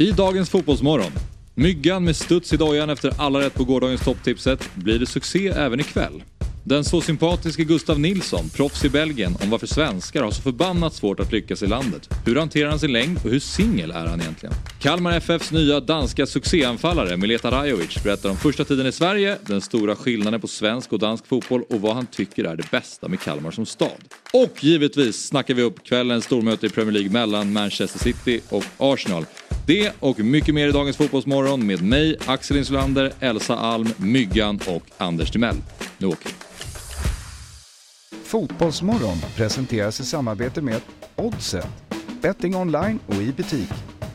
I dagens fotbollsmorgon. Myggan med studs i dojan efter alla rätt på gårdagens topptipset. Blir det succé även ikväll? Den så sympatiska Gustav Nilsson, proffs i Belgien, om varför svenskar har så förbannat svårt att lyckas i landet. Hur hanterar han sin längd och hur singel är han egentligen? Kalmar FFs nya danska succéanfallare Mileta Rajovic berättar om första tiden i Sverige, den stora skillnaden på svensk och dansk fotboll och vad han tycker är det bästa med Kalmar som stad. Och givetvis snackar vi upp kvällens stormöte i Premier League mellan Manchester City och Arsenal. Det och mycket mer i dagens fotbollsmorgon med mig, Axel Insulander, Elsa Alm, Myggan och Anders Timell. Nu åker vi. Fotbollsmorgon presenteras i samarbete med Oddset, betting online och i butik.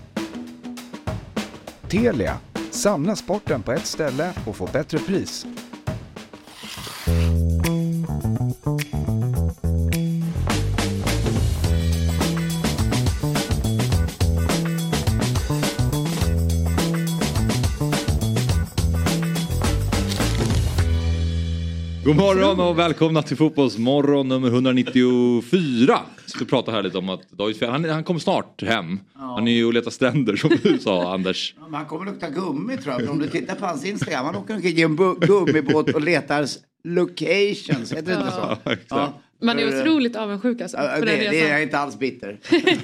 Telia, samla sporten på ett ställe och få bättre pris. God morgon och välkomna till Fotbollsmorgon nummer 194. Så vi pratar här lite om att David Fjell, han kommer snart hem. Ja. Han är ju och letar stränder som du sa, Anders. Ja, men han kommer lukta gummi tror jag. Om du tittar på hans Instagram, han åker omkring i en gummibåt och letar locations. Heter det inte så? Ja, ja. Man är otroligt avundsjuk alltså. Det är jag inte alls bitter.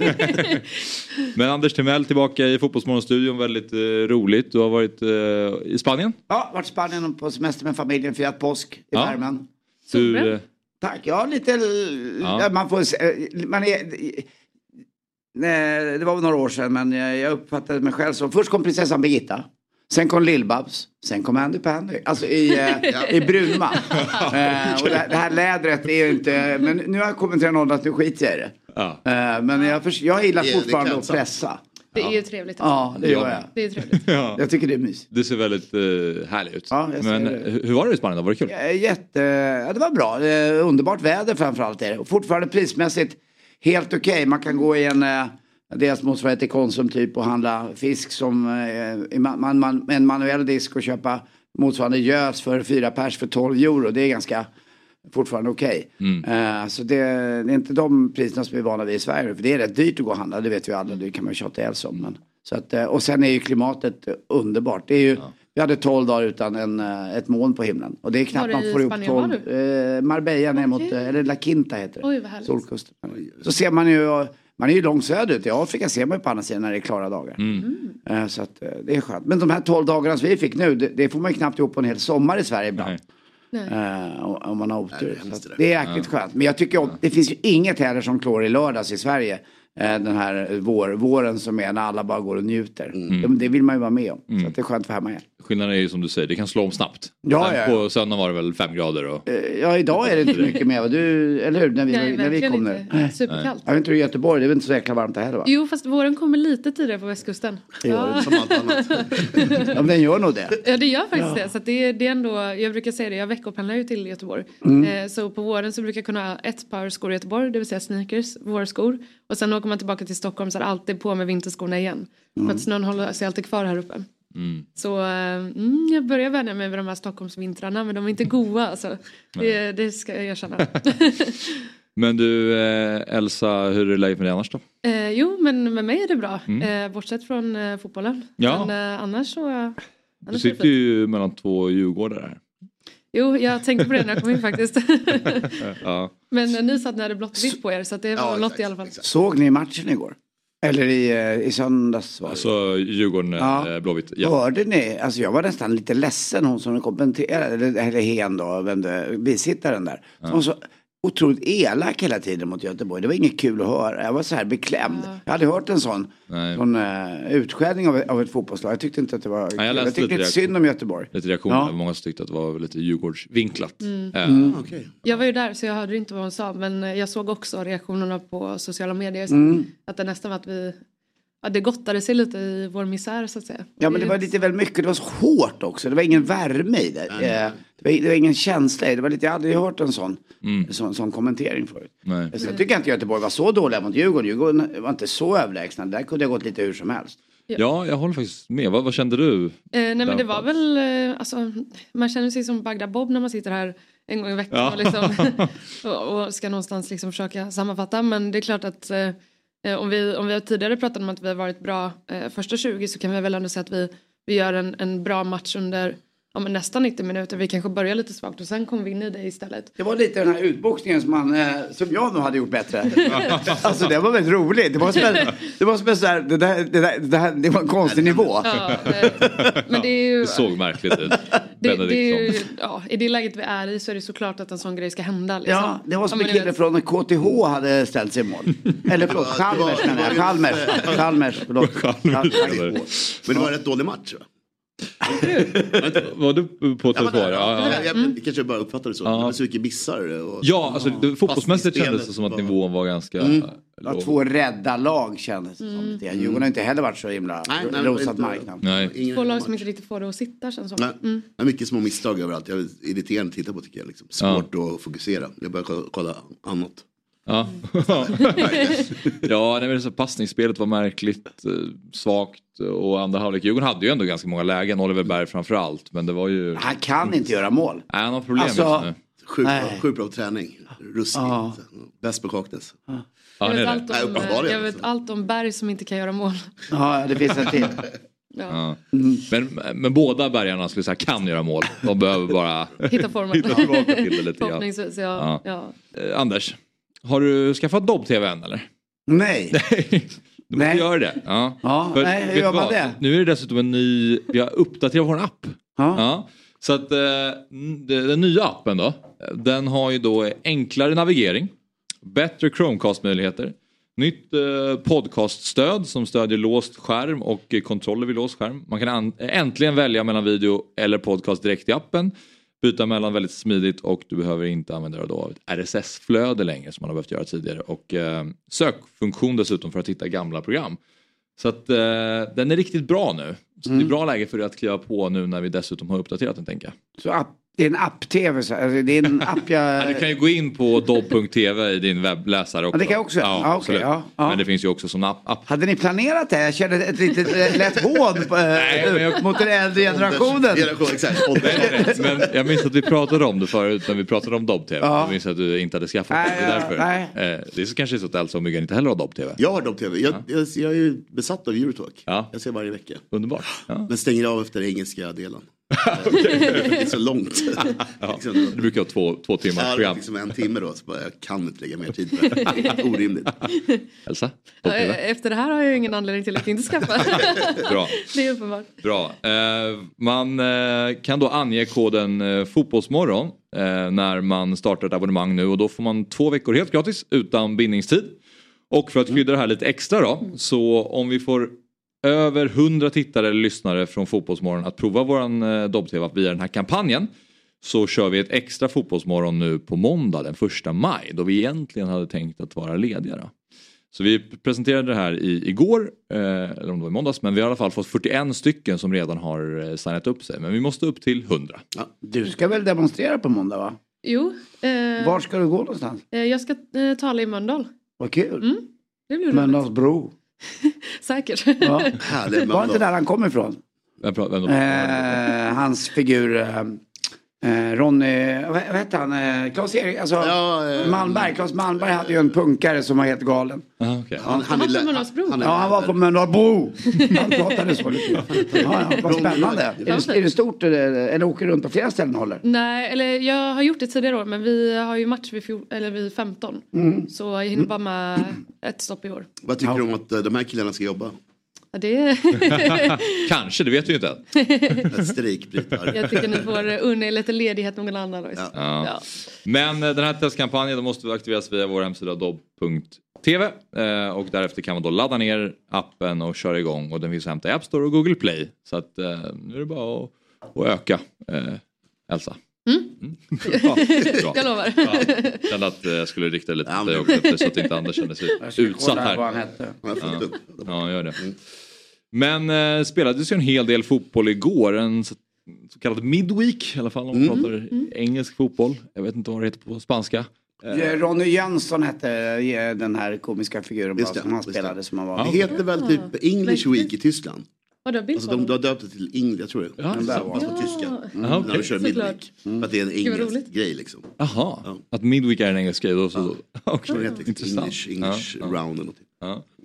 Men Anders Timell tillbaka i Fotbollsmorgonstudion, väldigt roligt. Du har varit i Spanien? Ja, varit i Spanien på semester med familjen, firat påsk i värmen. Tack, ja lite... Ja. Man är... Nej, det var några år sedan, men jag uppfattade mig själv som... Först kom prinsessan Birgitta. Sen kom Lill-Babs. Sen kom Andy Pandy. Alltså i Brunma. Och det här lädret är ju inte... Men nu har jag kommit till en ålder att nu skiter jag i det. Ja. Men jag gillar fortfarande att pressa. Det är ju trevligt. Ja, det gör jag. Det är trevligt. Ja. Jag tycker det är mysigt. Det ser väldigt härligt ut. Ja, men hur var det i Spanien då? Var det kul? Det var bra. Underbart väder framförallt är det. Och fortfarande prismässigt helt okej. Man kan gå i deras motsvarighet till Konsum typ och handla fisk som en manuell disk och köpa motsvarande gös för 4 pers för 12 euro. Det är ganska fortfarande okej. Så det är inte de priserna som vi är vana vid i Sverige. För det är rätt dyrt att gå och handla, det vet vi alla. Det kan man ju tjata ihjäl om. Men, så att, och sen är ju klimatet underbart. Det är ju, vi hade 12 dagar utan ett moln på himlen. Och det är knappt man får ihop 12. Marbella ner mot, eller La Quinta heter det. Oj, vad härligt. Solkusten. Så ser man ju... Man är ju långt söderut. I Afrika ser man ju på andra sidan när det är klara dagar. Så att, det är skönt. Men de här 12 dagarna som vi fick nu, det får man ju knappt ihop på en hel sommar i Sverige ibland. Om man har otur. Det är jäkligt skönt. Men jag tycker det finns ju inget heller som klår i lördags i Sverige. Den här våren som är när alla bara går och njuter. Det vill man ju vara med om. Så att det är skönt för hemma igen. Skillnaden är ju som du säger, det kan slå om snabbt. Ja. På söndag var det väl 5 grader. Och... Ja, idag är det inte mycket mer. Eller hur? När vi kom nu. Superkallt. Jag vet inte hur Göteborg, det är väl inte så jäkla varmt heller va? Jo, fast våren kommer lite tidigare på västkusten. Ja, som allt annat. Ja, men den gör nog det. Ja, det gör faktiskt det. Så att det är ändå, jag brukar säga det, jag veckopendlar ju till Göteborg. Så på våren så brukar jag kunna ha ett par skor i Göteborg, det vill säga sneakers, vårskor. Och sen åker man tillbaka till Stockholm så är det alltid på med vinterskorna igen. För att snön håller sig alltid kvar här uppe. Så jag börjar vänja mig vid de här Stockholmsvintrarna, men de är inte goda alltså. Det ska jag erkänna. Men du Elsa, hur är det läget med dig annars då? Jo, men med mig är det bra. Bortsett från fotbollen. Men annars så... Du sitter ju mellan 2 Djurgårdar här. Jo, jag tänkte på det när jag kom in faktiskt. Men ni satt när det blått vitt på er, så att det var något i alla fall. Såg ni matchen igår? Eller i söndags var det. Alltså Djurgården Blåvitt. Ja. Hörde ni? Alltså jag var nästan lite ledsen, hon som kommenterade, eller Hen då, bisittaren där. Som var så otroligt elak hela tiden mot Göteborg. Det var inget kul att höra. Jag var så här beklämd. Jag hade hört en sån utskällning av ett fotbollslag. Jag tyckte inte att det var kul. Jag tyckte lite synd om Göteborg. Lite reaktioner. Många som tyckte att det var lite Djurgårdsvinklat. Okay. Jag var ju där så jag hörde inte vad hon sa. Men jag såg också reaktionerna på sociala medier. Att det nästan var att vi... Ja, det gottade sig lite i vår misär så att säga. Ja, men det var lite väl mycket. Det var så hårt också. Det var ingen värme i det. Det var ingen känsla i det. Var lite, jag hade ju hört en sån kommentering förut. Så jag tycker inte Göteborg var så dåliga mot Djurgården. Djurgården var inte så överlägsna. Där kunde det gått lite hur som helst. Ja, jag håller faktiskt med. Vad kände du? Nej, men det var väl... Alltså, man känner sig som Bagdad Bob när man sitter här en gång i veckan och, liksom, och ska någonstans liksom försöka sammanfatta. Men det är klart att... Om vi har tidigare pratat om att vi har varit bra första 20 så kan vi väl ändå säga att vi gör en bra match under nästan 90 minuter. Vi kanske börjar lite svagt och sen kommer vi in i det istället. Det var lite den här utboxningen som jag nog hade gjort bättre. Alltså det var väldigt roligt. Det var en konstig nivå. Ja, men det är ju... Det såg märkligt ut. I det läget vi är i så är det såklart att en sån grej ska hända. Liksom. Ja, det var som en kille från KTH hade ställt sig i mål. Eller förlåt, Chalmers. Men det var en rätt dålig match, va? Var du på Trottoar? Jag kanske bara uppfattade det så. Det var så mycket missar. Fotbollsmässigt kändes det som att nivån var ganska låg. 2 rädda lag kändes det som. Djurgården har inte heller varit så himla rosad marknad. 2 lag som inte riktigt får det att sitta känns som. Det är mycket små misstag överallt. Jag är irriterande att titta på tycker jag. Liksom. Svårt att fokusera. Jag börjar kolla annat. Ja, men så passningsspelet var märkligt svagt och andra halvlek. Djurgården hade ju ändå ganska många lägen, Oliver Berg framförallt, men det var ju... Han kan inte göra mål. Han har problem just nu. Sjukt bra träning. Ruskigt. Bäst på Kaknäs. Jag vet allt om Berg som inte kan göra mål. Ja, det finns en till. Ja. Men båda bergarna skulle säga kan göra mål. De behöver bara hitta formen. Hitta tillbaka till det lite grann. Förhoppningsvis, Anders, har du skaffat Dobb-TV än eller? Nej. Du måste göra det. Hur gör man det? Nu är det dessutom en ny, vi har uppdaterat vår app. Så att den nya appen då, den har ju då enklare navigering, bättre Chromecast-möjligheter, nytt podcaststöd som stödjer låst skärm och kontroller vid låst skärm. Man kan äntligen välja mellan video eller podcast direkt i appen. Byta mellan väldigt smidigt och du behöver inte använda dig av ett RSS-flöde längre som man har behövt göra tidigare. Och sökfunktion dessutom för att hitta gamla program. Så att den är riktigt bra nu. Så det är bra läge för dig att kliva på nu när vi dessutom har uppdaterat den, tänker jag. Så det är en app-tv? Så, alltså, det är en app du kan ju gå in på dobb.tv i din webbläsare också. Det kan jag också. Men det finns ju också som app. Hade ni planerat det? Jag kände ett litet lätt hån mot den äldre generationen. Men jag minns att vi pratade om det förut när vi pratade om Dobb-TV. Jag minns att du inte hade skaffat det. Det är därför. Det är kanske så att Elsa och Myggan inte heller har Dobb-TV. Jag har Dobb-TV. Jag är ju besatt av Eurotalk. Jag ser varje vecka. Underbart. Men stänger av efter engelska delen. Det är så långt. Det brukar vara 2 timmars program. Liksom 1 timme då, så jag kan inte lägga mer tid på det. Orimligt. Elsa? Efter det här har jag ingen anledning till att inte skaffa. Bra. Det är uppenbart. Bra. Man kan då ange koden fotbollsmorgon när man startar ett abonnemang nu, och då får man 2 veckor helt gratis utan bindningstid. Och för att skydda det här lite extra då, så om vi får över 100 tittare eller lyssnare från Fotbollsmorgon att prova våran Dobb-TV via den här kampanjen, så kör vi ett extra Fotbollsmorgon nu på måndag den 1 maj, då vi egentligen hade tänkt att vara lediga då. Så vi presenterade det här igår, eller om det var i måndags, men vi har i alla fall fått 41 stycken som redan har signat upp sig, men vi måste upp till 100. Du ska väl demonstrera på måndag, va? Jo. Var ska du gå någonstans? Jag ska tala i Mölndal. Vad kul. Det blir roligt. Mölndalsbro. Säkert. Ja. Var inte där han kommer ifrån? Hans figur Ronny, vad hette han? Claes-Erik, alltså Malmberg. Claes Malmberg hade ju en punkare som var helt galen. Okay. Han var på Mölndalsbro. Han var på Mölndalsbro. Han pratade så lite. Vad spännande. Är det stort eller åker runt på flera ställen håller? Nej, eller jag har gjort det tidigare år, men vi har ju match vid 15. Så jag hinner bara med ett stopp i år. Vad tycker du om att de här killarna ska jobba? Ja, det kanske, det vet vi ju inte. Strejkbrytare. Jag tycker ni får unna lite ledighet någon annan. Ja. Men den här testkampanjen, då måste vi aktiveras via vår hemsida dobb.tv. Och därefter kan man då ladda ner appen och köra igång. Och den finns att hämta i App Store och Google Play. Så att nu är det bara att öka. Elsa. Bra. Jag lovar. Kände att jag skulle rikta lite till dig också, så att inte Anders kände sig utsatt här. Ja, gör det. Men spelades ju en hel del fotboll igår. En så kallad midweek, i alla fall om man pratar engelsk fotboll. Jag vet inte vad det heter på spanska. Ronny Jönsson hette den här komiska figuren som han spelade. Som han var. Det heter väl typ English Week i Tyskland. Alltså de har döpt det till Engelsk, jag tror det. På tyska. När de kör midweek. För att det är en engelsk grej liksom. Jaha, att midweek är en engelsk grej. Då, så. Okay. English round eller något.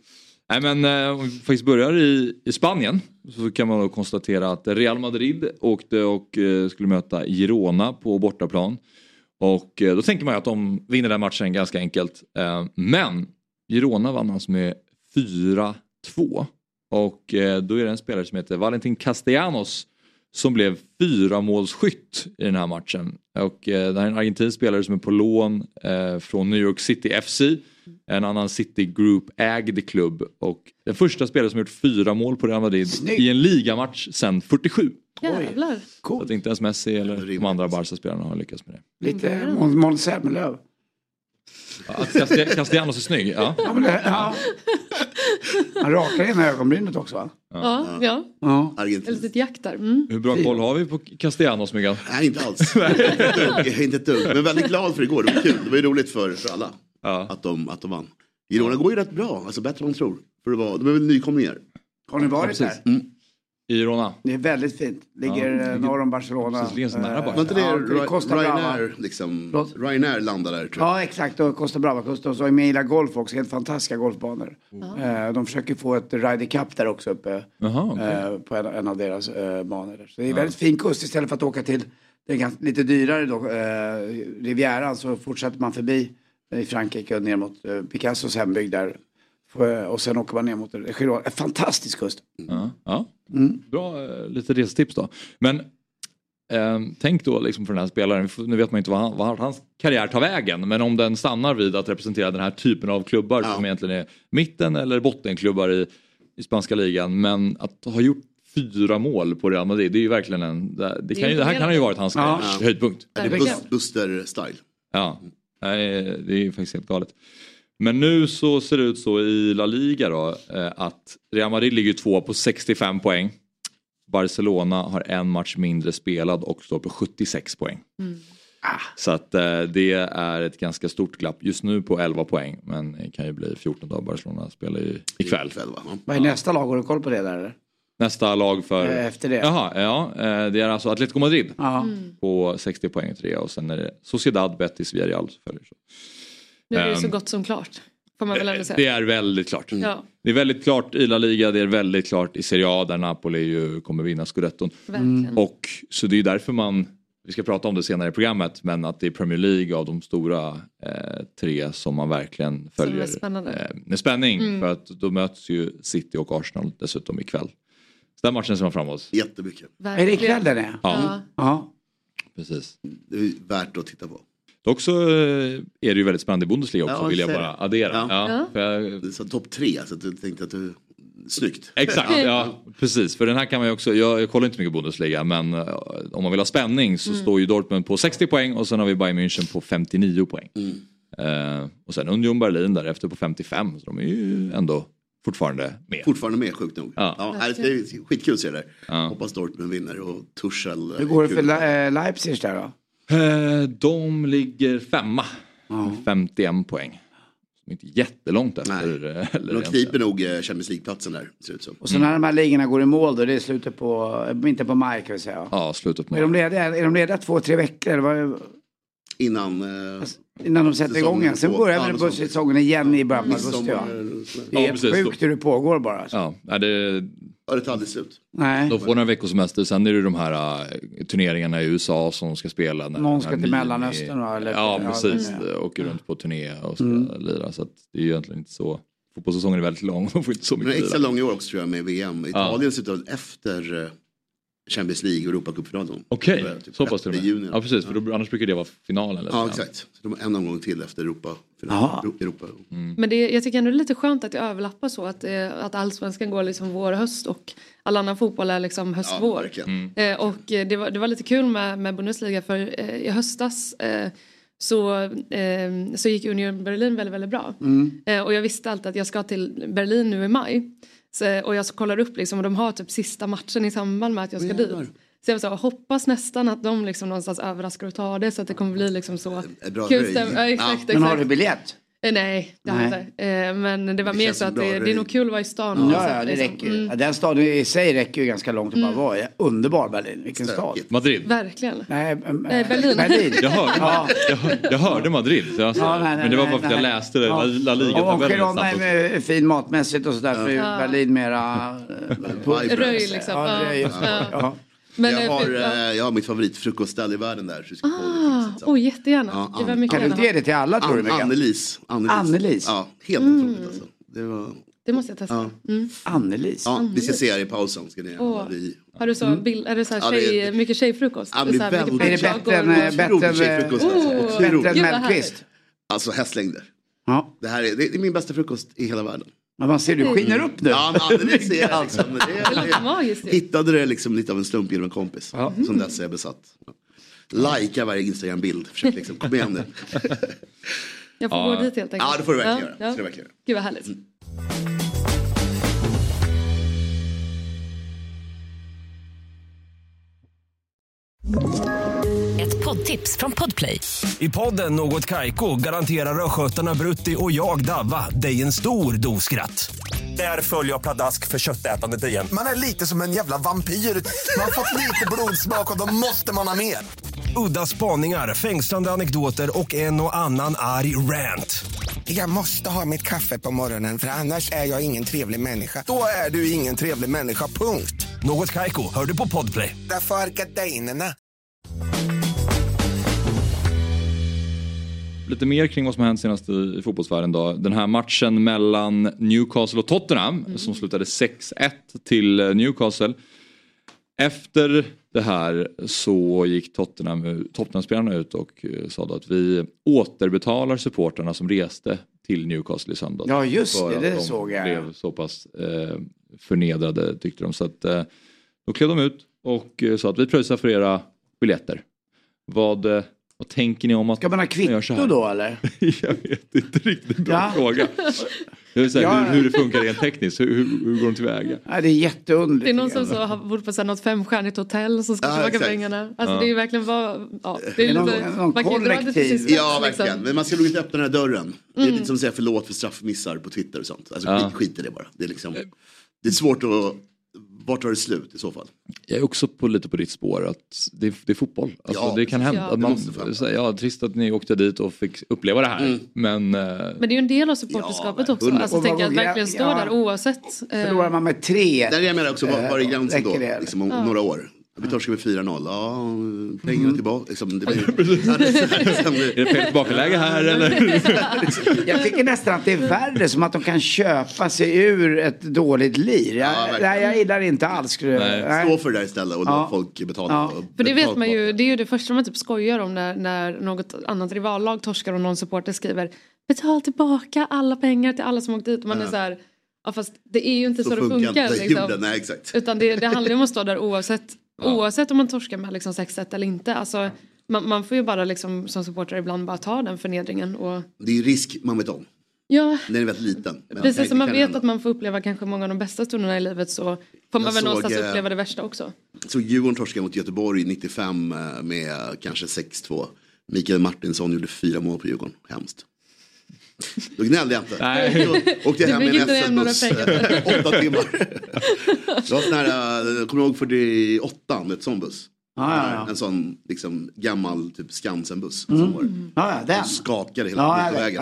Nej, men om vi faktiskt börjar i Spanien så kan man då konstatera att Real Madrid åkte och skulle möta Girona på bortaplan. Och då tänker man ju att de vinner den matchen ganska enkelt. Men Girona vann alltså med 4-2. Och då är det en spelare som heter Valentin Castellanos som blev 4-målsskytt i den här matchen. Och det här är en argentinsk spelare som är på lån från New York City FC. En annan City Group-ägd klubb. Och den första spelare som gjort 4 mål på Real Madrid i en ligamatch sedan 47. Jävlar. Så att inte ens Messi eller de andra Barca-spelarna har lyckats med det. Lite Måns Zelmerlöw. Att Castellanos är snygg, ja. Han rakar ena ögonbrynet också, va? Ja. Eller lite jakt där. Hur bra koll har vi på Castellanos, Miguel? Nej, inte alls. Inte ett dugg. Men väldigt glad för igår. Det var kul. Det var ju roligt för alla att de vann. Girona går ju rätt bra. Alltså bättre än man tror. För de är väl nykomlingar. Har ni varit där? I Girona. Det är väldigt fint. Ligger norr om Barcelona. Det är så nära bara. Var inte det Ryanair landar där, tror jag? Ja, exakt. Och Costa Brava-kusten. Och så Emilia Golf också. Helt fantastiska golfbanor. De försöker få ett Ryder Cup där också uppe. På en av deras banor. Så det är väldigt fin kust. Istället för att åka till det lite dyrare då, Rivieran, så fortsätter man förbi i Frankrike och ner mot Picassos hembygd där. Och sen åker man ner mot Girona. En fantastisk kust. Bra, lite resetips då. Men tänk då liksom för den här spelaren, nu vet man inte vad hans karriär tar vägen, men om den stannar vid att representera den här typen av klubbar som egentligen är mitten eller bottenklubbar i spanska ligan, men att ha gjort 4 mål på Real Madrid, det är ju verkligen det här kan ju varit hans höjdpunkt. Det är Buster-style. Ja, det är ju faktiskt helt galet. Men nu så ser det ut så i La Liga då, att Real Madrid ligger 2 på 65 poäng. Barcelona har en match mindre spelad och står på 76 poäng. Så att det är ett ganska stort glapp just nu på 11 poäng. Men det kan ju bli 14 dagar. Barcelona spelar ju ikväll. Vad är nästa lag? Har du koll på det där eller? Nästa lag för... Efter det? Jaha, det är alltså Atletico Madrid på 60 poäng 3. Och sen är det Sociedad, Betis, Villarreal som följer så. Nu är det så gott som klart. Får man väl ändå säga. Det är väldigt klart. Det är väldigt klart i La Liga. Det är väldigt klart i Serie A där Napoli ju kommer vinna Scudetton. Och så det är därför vi ska prata om det senare i programmet, men att det är Premier League av de stora 3 som man verkligen följer med spänning. För att då möts ju City och Arsenal dessutom ikväll. Så den matchen ser man fram emot. Jättemycket. Är det ikväll den är? Ja. Precis. Det är värt att titta på. Också är det ju väldigt spännande i Bundesliga också, vill jag bara addera. Så topp 3, så att du tänkte att du... Snyggt. Exakt, precis. För den här kan man ju också, jag kollar inte mycket Bundesliga, men om man vill ha spänning så står ju Dortmund på 60 poäng och sen har vi Bayern München på 59 poäng. Och sen Union Berlin därefter på 55, så de är ju ändå fortfarande med. Sjukt nog. Det är skitkul att se det där. Hoppas Dortmund vinner och Tuchel. Hur går det för Leipzig där då? De ligger 5 51 poäng. Som inte jättelångt efter. De kniper nog Champions League-platsen där, ser ut som. Och så när de här ligorna går i mål då, det är slutet på, inte på maj kan vi säga. Ja, slutet på maj. Är de lediga 2-3 veckor? Eller vad? Innan de sätter igång igen. Sen börjar väl bussäsongen igen i början på augusti. Det är helt sjukt hur det pågår bara. Alltså. Det tar aldrig slut. Nej. De får några veckors semester. Sen är det de här turneringarna i USA som ska spela. Någon ska till Mellanöstern. Eller, precis. Åker runt på turné och ska lira. Så att det är ju egentligen inte så. Fotbollssäsongen är väldigt lång. De får inte så mycket. Men extra lång i år också tror jag med VM. Italien sitter efter Champions League och Europacupfinalen. Okej, så pass till juni. Ja, precis. För annars brukar det vara finalen. Eller exakt. Så de har en omgång till efter Europa. Men jag tycker ändå det är lite skönt att det överlappar så. Att allsvenskan går liksom vår-höst och all annan fotboll är liksom höst-vår. Och det var lite kul med Bundesliga för i höstas så gick Union Berlin väldigt, väldigt bra. Och jag visste alltid att jag ska till Berlin nu i maj. Och jag kollar upp liksom, och de har typ sista matchen i samband med att jag ska dit. Så jag hoppas nästan att de liksom någonstans överraskar och tar det så att det kommer bli liksom så bra kul stämning. Exakt. Men har du biljett? Nej, det har inte. Men det var mer så att det är nog kul att vara i stan. Ja, det räcker. Den staden i sig räcker ju ganska långt att bara vara. Underbar Berlin, vilken stad. Madrid. Verkligen. Nej, Berlin. Jag hörde Madrid. Men det var bara för att jag läste det. La Liga-tabellen. Och Girona är fin matmässigt och sådär. För Berlin mera... Röj liksom. Ja. Men jag har mitt favoritfrukostställe i världen där. Jättegärna. Kan du inte ge det till alla tror du? Annelies. Ja, helt otroligt alltså. Det måste jag testa. Annelies. Ja, vi ska se här i pausen. Ska ni har du så är det så här mycket tjejfrukost? Ja, det är bättre än Mellqvist? Alltså hästlängder. Ja. Det är min bästa frukost i hela världen. Men man ser du skiner upp nu. Ja, men det ser jag liksom. Det låter magiskt. Hittade det liksom lite av en slump genom en kompis. Som dess är jag besatt. Lajka varje Instagram-bild. Försök liksom, kom igen nu. Jag får gå dit helt enkelt. Ja, det får du verkligen göra. Gud vad härligt. Ett poddtips från Podplay. I podden Något Kaiko garanterar röskötarna Brutti och jag Davva dig en stor doskratt. Där följer jag pladask för köttätandet igen. Man är lite som en jävla vampyr. Man har fått lite blodsmak och då måste man ha mer. Udda spaningar, fängslande anekdoter och en och annan arg rant. Jag måste ha mitt kaffe på morgonen för annars är jag ingen trevlig människa. Då är du ingen trevlig människa, punkt. Något Kaiko, hör du på Podplay. Därför är gardinerna. Lite mer kring vad som har hänt senast i fotbollsvärlden då. Den här matchen mellan Newcastle och Tottenham som slutade 6-1 till Newcastle. Efter det här så gick Tottenham-spelarna ut och sa då att vi återbetalar supporterna som reste till Newcastle i söndag. Ja just det de såg jag. Blev så pass förnedrade tyckte de. Så att då klev de ut och sa att vi pröjsar för era biljetter. Vad tänker ni om att... Ska man ha kvitto då eller? Jag vet inte riktigt, bra fråga. Jag vill säga, hur det funkar rent tekniskt, hur går de tillväga? Ja, det är jätteunderligt. Det är någon som så har bott på något 5-stjärnigt hotell som ska tillbaka pengarna. Alltså det är ju verkligen det är någon kollektiv. Ja, verkligen. Liksom. Men man ska nog inte öppna den här dörren. Det är lite som att säga förlåt för straffmissar på Twitter och sånt. Alltså skit i det bara. Det är liksom... Det är svårt att... Vart tar det slut i så fall? Jag är också lite på ditt spår att det är fotboll. Alltså, det kan hända. Trist att ni åkte dit och fick uppleva det här. Men det är ju en del av supporterskapet också. Alltså tänker att verkligen stå där oavsett. Förlorar man med 3. Där är jag med också, var är gränsen då? Liksom om några år. Vi torskar med 4-0. Pengarna tillbaka. Liksom, är det fel tillbakaläge här eller? Jag tycker nästan att det är värre. Som att de kan köpa sig ur ett dåligt lir. Jag gillar inte alls. Stå för det där istället och låt folk betala. För det vet man ju. Det är ju det första man typ skojar om när något annat rivallag torskar och någon supporter skriver betala tillbaka alla pengar till alla som åkt dit. Och man är så här, fast det är ju inte så det funkar. Liksom. Nej, exakt. Utan det handlar ju om att stå där oavsett om man torskar med liksom 6-1 eller inte. Alltså, man får ju bara liksom, som supporter ibland bara ta den förnedringen. Och... Det är ju risk man vet om. Ja. Den är väldigt liten. Precis som man vet att man får uppleva kanske många av de bästa stunderna i livet så får man väl någonstans uppleva det värsta också. Så Djurgården torskade mot Göteborg 95 med kanske 6-2. Mikael Martinsson gjorde 4 mål på Djurgården. Hemskt. Då gnällde jag inte. Nej. Då åkte jag hem med en SL-buss 8 timmar. Det var sån här, kommer du ihåg 48 med ett sån buss? En sån liksom gammal typ Skansen-buss. Den skakade hela vägen.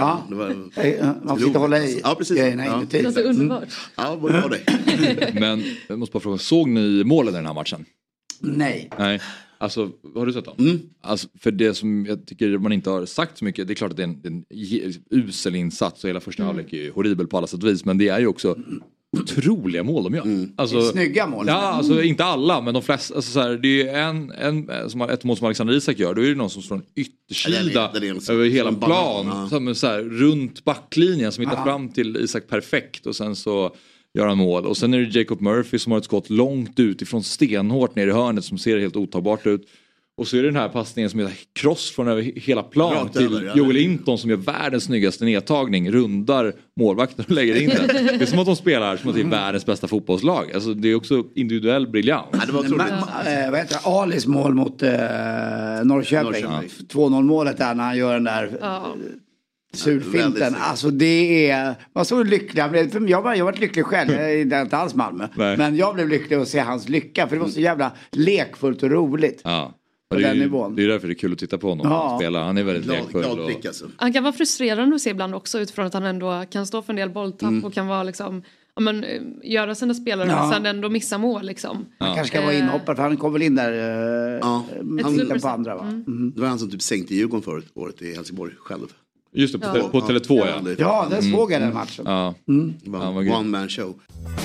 Man får inte hålla i. Ja, precis. Det låter underbart. Ja, vad var det? Men jag måste bara fråga, såg ni målen i den här matchen? Nej. Alltså, har du sett dem? Alltså, för det som jag tycker man inte har sagt så mycket, det är klart att det är en usel insats och hela första halvlek är ju horribel på alla sätt och vis, men det är ju också otroliga mål de gör. Alltså, snygga mål. Ja, alltså inte alla, men de flesta. Alltså, så här, det är en som har ett mål som Alexander Isak gör, då är det någon som slår en yttersida över hela plan. Som så här, runt backlinjen som hittar fram till Isak perfekt och sen så gör han mål. Och sen är det Jacob Murphy som har ett skott långt ut ifrån stenhårt ner i hörnet som ser helt otagbart ut. Och så är det den här passningen som är kross från över hela plan till Joel Linton som gör världens snyggaste nedtagning, rundar målvakten och lägger in den. Det är som att de spelar som att det är världens bästa fotbollslag. Alltså det är också individuell briljans. Ja, det var vad heter det? Alis mål mot Norrköping. 2-0 målet där när han gör den där Surfinten, alltså det är... Man så lycklig. Jag har varit lycklig själv, det är inte alls Malmö. Nej. Men jag blev lycklig att se hans lycka, för det var så jävla lekfullt och roligt. Ja. På den nivån. Det är därför det är kul att titta på honom. Han spelar. Han är väldigt lekfull. Alltså. Han kan vara frustrerande att se ibland också, utifrån att han ändå kan stå för en del bolltapp och kan vara liksom... göra sina spelare men sen ändå missa mål liksom. Han kanske ska vara inhoppare, för han kom väl in där mitten på andra, va? Det var han som typ sänkte Djurgården förra året i Helsingborg själv. Just det, på Tele2 Ja, den såg jag den matchen. Ja. Det var one man show.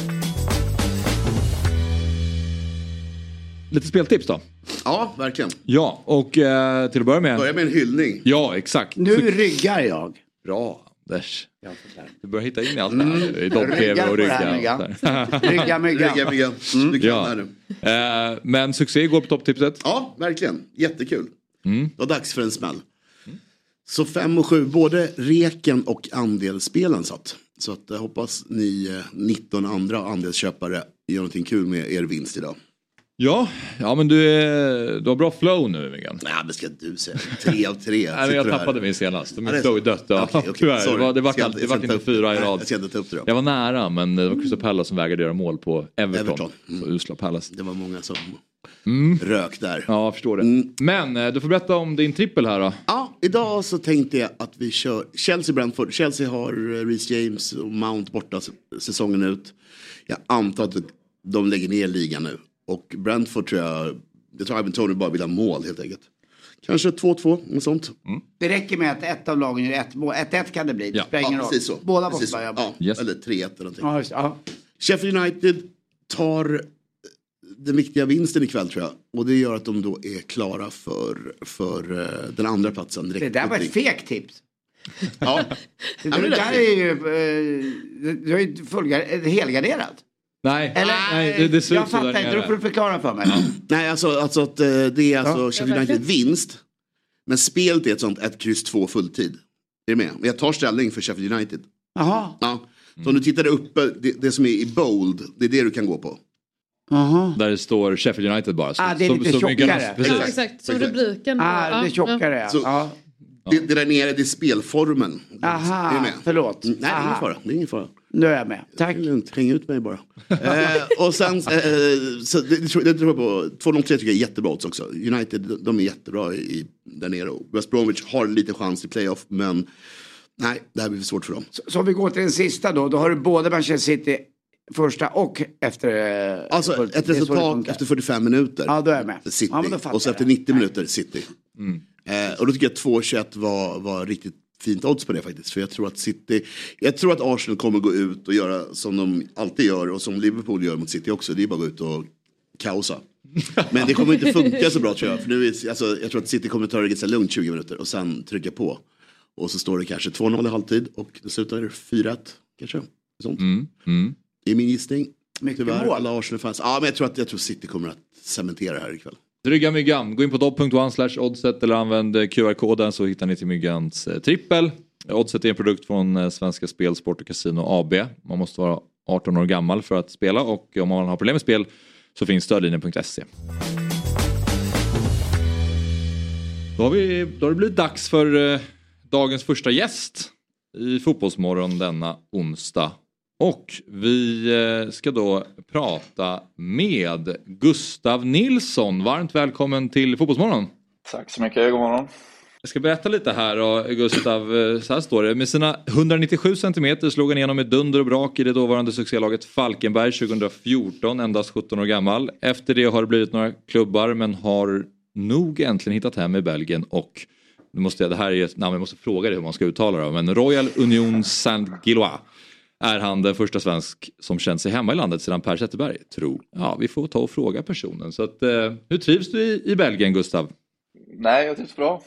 Lite speltips då? Ja, verkligen. Ja, och till att börja med... Börja med en hyllning. Ja, exakt. Nu ryggar jag. Bra, Dash. Du börjar hitta in i allt det här. I Dobb-TV och rygga. Rygga. Ja. Men succé går på topptipset. Ja, verkligen. Jättekul. Det var dags för en smäll. Så 5 och 7, både reken och andelsspelen satt. Så att jag hoppas ni 19 andra andelsköpare gör någonting kul med er vinst idag. Ja, men du har bra flow nu, Miguel. Nej, det ska du säga. 3 av 3. Nej, men jag tappade min senast. Min flow är dött. Ja. Tyvärr. Det var inte 4 i rad. Jag ska inte ta upp det då. Jag var nära, men det var Crystal Palace som vägrade göra mål på Everton. Så usla Palace. Det var många som rök där. Ja, jag förstår det. Men du får berätta om din trippel här då. Ja, idag så tänkte jag att vi kör Chelsea-Brentford. Chelsea har Reece James och Mount borta säsongen ut. Jag antar att de lägger ner ligan nu. Och Brentford tror jag Ivan Toney bara vill ha mål helt enkelt. Kanske 2-2, något sånt. Det räcker med att ett av lagen gör ett mål. 1-1 kan det bli. Ja, precis så. Båda måste börja. Ja, yes. Eller 3-1 eller någonting. Ja. Sheffield United tar den viktiga vinsten ikväll tror jag. Och det gör att de då är klara för den andra platsen. Det där var ett fegt tips. Ja. det där är ju... Du har ju helgarderat. Nej, eller, det ser jag ut så fattar inte, då får du förklara för mig. Nej, alltså att det är alltså Sheffield United vinst. Men spelet är ett sånt 1-2 fulltid. Är du med? Jag tar ställning för Sheffield United. Jaha. Ja. Så om du tittar uppe, det som är i bold, det är det du kan gå på. Där det står Sheffield United bara. Så, det är lite tjockare. Ja, exakt, som rubriken. Det är tjockare. Så, det där nere, det är spelformen. Aha, är du med? Förlåt. Nej, det är ingen fara. Nu är jag med. Tack. Häng ut mig bara. Och sen, så det tror jag på, 2-3 tycker jag är jättebra också. United, de är jättebra där nere. West Bromwich har lite chans i playoff, men nej, det här blir för svårt för dem. Så om vi går till den sista då har du både Manchester City första och efter... Alltså ett resultat efter 45 minuter. Ja, då är jag med. City. Ja, och så efter 90 minuter City. Och då tycker jag 2-21 var riktigt fint odds på det faktiskt. För jag tror att Arsenal kommer gå ut och göra som de alltid gör och som Liverpool gör mot City också. Det är bara att gå ut och kaosa. Men det kommer inte funka så bra tror jag. För nu jag tror att City kommer ta det ganska lugnt 20 minuter och sen trycka på. Och så står det kanske 2-0 i halvtid och det slutar 4-1 kanske. Sånt. Det är min gissning. Tyvärr alla Arsenal-fans. Ja, men jag tror City kommer att cementera här ikväll. Rygga Myggan. Gå in på dobb.one/oddset eller använd QR-koden så hittar ni till Myggans trippel. Oddset är en produkt från Svenska Spel, Sport och Casino AB. Man måste vara 18 år gammal för att spela och om man har problem med spel så finns stödlinjen.se. Då har det blivit dags för dagens första gäst i Fotbollsmorgon denna onsdag. Och vi ska då prata med Gustav Nilsson. Varmt välkommen till Fotbollsmorgon. Tack så mycket, god morgon. Jag ska berätta lite här då, Gustav. Så här står det. Med sina 197 centimeter slog han igenom med dunder och brak i det dåvarande succélaget Falkenberg 2014, endast 17 år gammal. Efter det har det blivit några klubbar men har nog äntligen hittat hem i Belgien och det här är ett namn, jag måste fråga dig hur man ska uttala det, men Royal Union Saint-Gilloise är han den första svensk som känt sig hemma i landet sedan Per Zetterberg, tror. Ja, vi får ta och fråga personen. Så att, hur trivs du i Belgien, Gustav? Nej, jag trivs bra.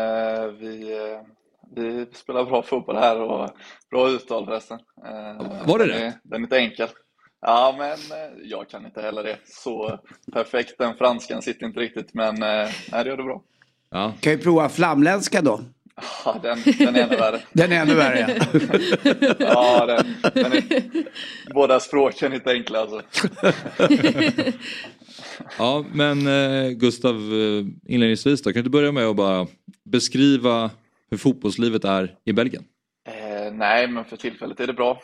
Vi spelar bra fotboll här och bra uttal förresten. Var det? Den är inte enkel. Ja, men jag kan inte heller det. Så perfekt, den franskan sitter inte riktigt, men nej, det gör det bra. Ja. Kan vi prova flamländska då? Ja, den är ännu värre. Den är ännu värre, ja. Ja, den är, båda språken är inte enkla alltså. Ja, men Gustav, inledningsvis då, kan du börja med att bara beskriva hur fotbollslivet är i Belgien? Nej, men för tillfället är det bra.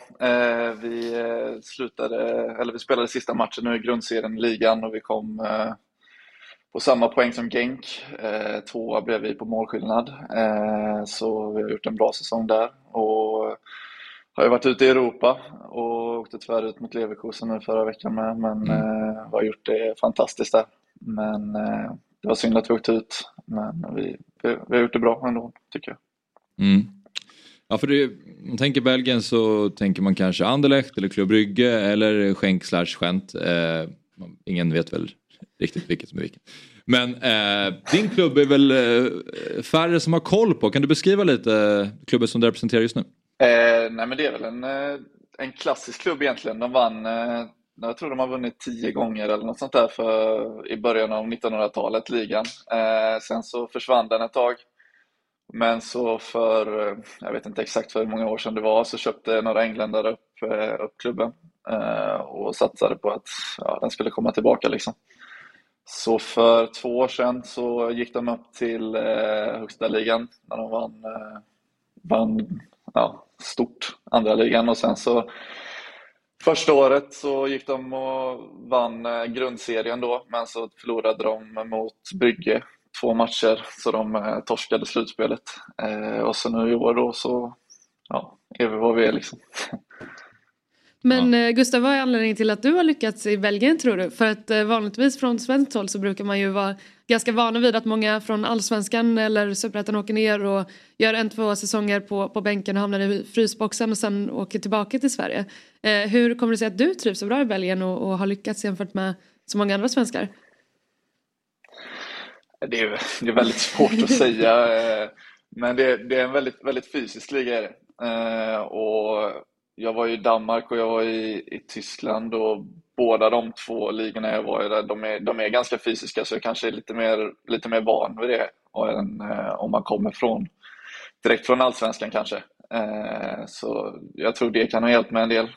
Vi spelade sista matchen nu i grundserien i ligan och vi kom på samma poäng som Genk. 2 blev vi på målskillnad. Så vi har gjort en bra säsong där. Och har ju varit ute i Europa och åkte tyvärr ut mot Leverkusen nu förra veckan med. Men har gjort det fantastiskt där. Men det var synd att vi åkte ut. Men vi har gjort det bra ändå, tycker jag. Ja, för man tänker Belgien så tänker man kanske Anderlecht eller Club Brygge eller Schenk/Gent. Ingen vet väl riktigt vilket som är vilket. Men din klubb är väl färre som har koll på. Kan du beskriva lite klubben som du representerar just nu? Nej, men det är väl en klassisk klubb egentligen. De vann, jag tror de har vunnit 10 gånger eller något sånt där i början av 1900-talet, ligan. Sen så försvann den ett tag. Men så jag vet inte exakt för hur många år sedan det var, så köpte några engländare upp klubben och satsade på att den skulle komma tillbaka liksom. Så för 2 år sedan så gick de upp till högsta ligan när de vann stort andra ligan, och sen så första året så gick de och vann grundserien då, men så förlorade de mot Brygge 2 matcher, så de torskade slutspelet. Och så nu i år då så är vi vad vi är liksom. Men Gustav, vad är anledningen till att du har lyckats i Belgien, tror du? För att vanligtvis från svenskt håll så brukar man ju vara ganska vana vid att många från Allsvenskan eller Superettan åker ner och gör 1-2 säsonger på bänken och hamnar i frysboxen och sen åker tillbaka till Sverige. Hur kommer det sig att du trivs så bra i Belgien och har lyckats jämfört med så många andra svenskar? Det är väldigt svårt att säga, men det är en väldigt, väldigt fysisk liga. Och jag var i Danmark och jag var i Tyskland, och båda de 2 ligorna jag var i där, de är ganska fysiska, så jag kanske är lite mer van vid det om man kommer direkt från Allsvenskan kanske. Så jag tror det kan ha hjälpt mig en del.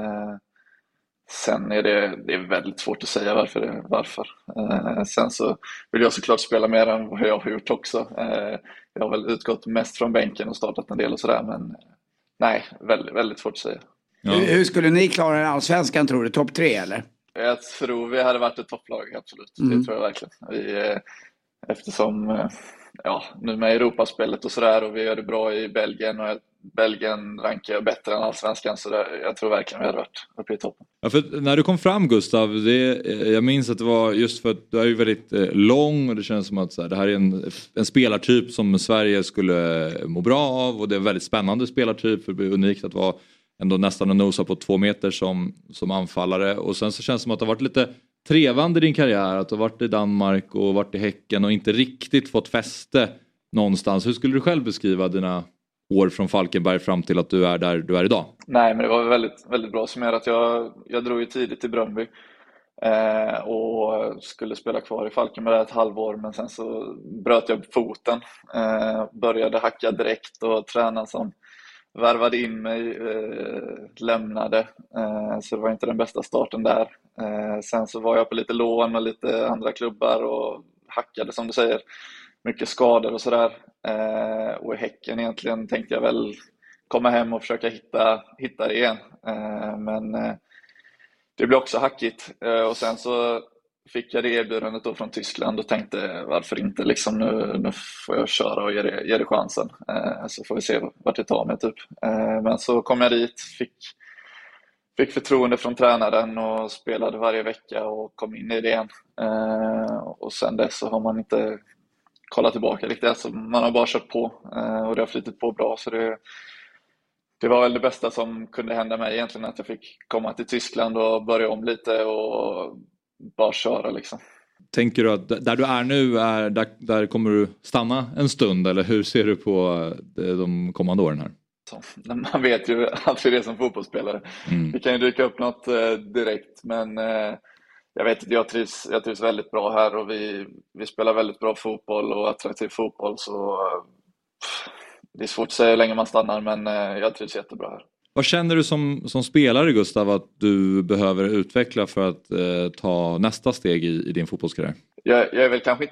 Sen är det är väldigt svårt att säga varför. Sen så vill jag såklart spela mer än vad jag har gjort också. Jag har väl utgått mest från bänken och startat en del och sådär, men nej, väldigt, väldigt svårt att säga. Ja. Hur skulle ni klara en Allsvenskan, tror du? Topp 3 eller? Jag tror vi hade varit ett topplag, absolut. Det tror jag verkligen. Eftersom nu med Europaspelet och sådär, och vi gör det bra i Belgien, och Belgien rankar bättre än Allsvenskan, så jag tror verkligen vi hade varit uppe i toppen. Ja, för när du kom fram, Gustav, jag minns att det var just för att du är ju väldigt lång, och det känns som att det här är en spelartyp som Sverige skulle må bra av, och det är en väldigt spännande spelartyp, för det är unikt att vara ändå nästan att nosa på 2 meter som anfallare. Och sen så känns det som att det har varit lite trevande i din karriär, att du har varit i Danmark och varit i Häcken och inte riktigt fått fäste någonstans. Hur skulle du själv beskriva dina år från Falkenberg fram till att du är där du är idag? Nej, men det var väldigt, väldigt bra som är att jag drog ju tidigt till Bröndby och skulle spela kvar i Falkenberg ett halvår, men sen så bröt jag foten, började hacka direkt, och tränaren som värvade in mig lämnade, så det var inte den bästa starten där. Sen så var jag på lite lån med lite andra klubbar och hackade, som du säger, mycket skador och sådär. Och i Häcken egentligen tänkte jag väl komma hem och försöka hitta det igen, men det blev också hackigt. Och sen så fick jag det erbjudandet då från Tyskland och tänkte, varför inte liksom, nu får jag köra och ge det chansen, så får vi se vart det tar mig typ. Men så kom jag dit, fick förtroende från tränaren och spelade varje vecka och kom in i det igen. Och sen dess så har man inte kollat tillbaka riktigt, alltså man har bara kört på, och det har flyttit på bra, så det var väl det bästa som kunde hända mig egentligen, att jag fick komma till Tyskland och börja om lite och bara köra liksom. Tänker du att där du är nu, där kommer du stanna en stund, eller hur ser du på de kommande åren här? Så, man vet ju alltid det som fotbollsspelare. Det kan ju dyka upp något direkt, men jag vet att jag trivs väldigt bra här, och vi spelar väldigt bra fotboll och attraktiv fotboll, så det är svårt att säga hur länge man stannar, men jag trivs jättebra här. Vad känner du som spelare, Gustav, att du behöver utveckla för att ta nästa steg i din fotbollskarriär? Jag är väl kanske inte den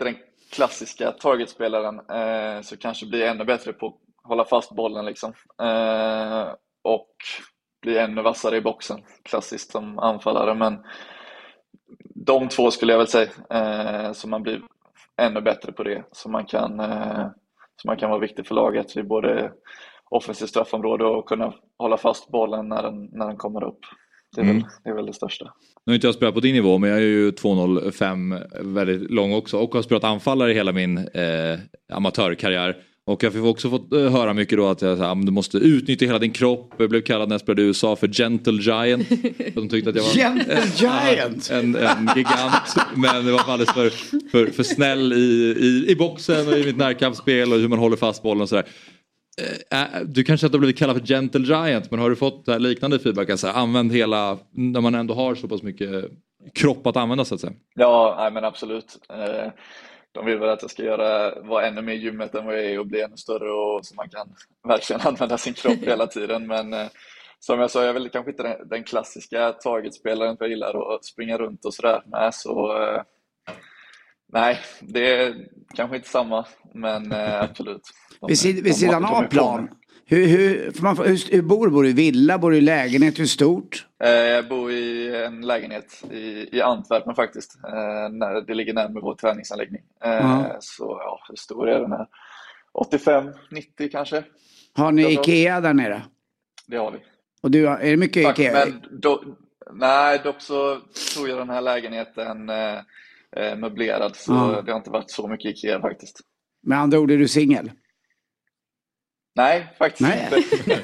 klassiska targetspelaren så kanske blir ännu bättre på att hålla fast bollen liksom. Och bli ännu vassare i boxen, klassiskt som anfallare. Men de två skulle jag väl säga, så man blir ännu bättre på det, så man kan vara viktig för laget i både offensivt straffområde och kunna hålla fast bollen när den kommer upp. Det är väl det största. Nu har inte jag spelat på din nivå, men jag är ju 2,05 väldigt lång också och har spelat anfallare hela min amatörkarriär. Och jag har också fått höra mycket då att du måste utnyttja hela din kropp. Jag blev kallad när jag spelade i USA för Gentle Giant. De tyckte att jag var Gentle Giant? En gigant. Men det var alldeles för snäll i boxen och i mitt närkampsspel och hur man håller fast bollen och sådär. Du kanske inte har blivit kallad för Gentle Giant, men har du fått liknande feedback? Alltså, använd hela, när man ändå har så pass mycket kropp att använda så att säga. Ja, men absolut. De vill väl att jag ska vara ännu mer gymmet än vad jag är och bli ännu större, och så man kan verkligen använda sin kropp hela tiden. Men som jag sa, jag vill kanske inte den klassiska targetspelaren, för jag gillar att springa runt och sådär med. Så nej, det är kanske inte samma, men absolut. Vid sidan av plan, hur bor du i villa, bor du i lägenhet, hur stort? Jag bor i en lägenhet i Antwerpen faktiskt. Det ligger närmare vår träningsanläggning. Så ja, hur stor är den här? 85-90 kanske. Har ni Ikea där nere? Det har vi. Och är det mycket Ikea? Men dock så tog jag den här lägenheten möblerad, så det har inte varit så mycket Ikea faktiskt. Med andra ord, är du singel? Nej, faktiskt inte.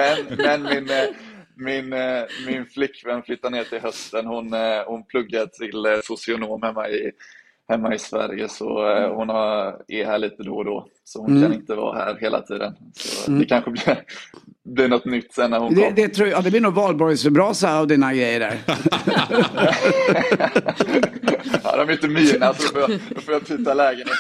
Men min flickvän flyttade ner till hösten. Hon pluggar till socionom hemma i Sverige, så hon är här lite då och då. Så hon kan inte vara här hela tiden. Så det kanske blir något nytt sen när hon kommer. Det tror jag, det blir nog valborgsbrasa av dina grejer där. Ja, de är inte mina, så då får jag byta lägenhet.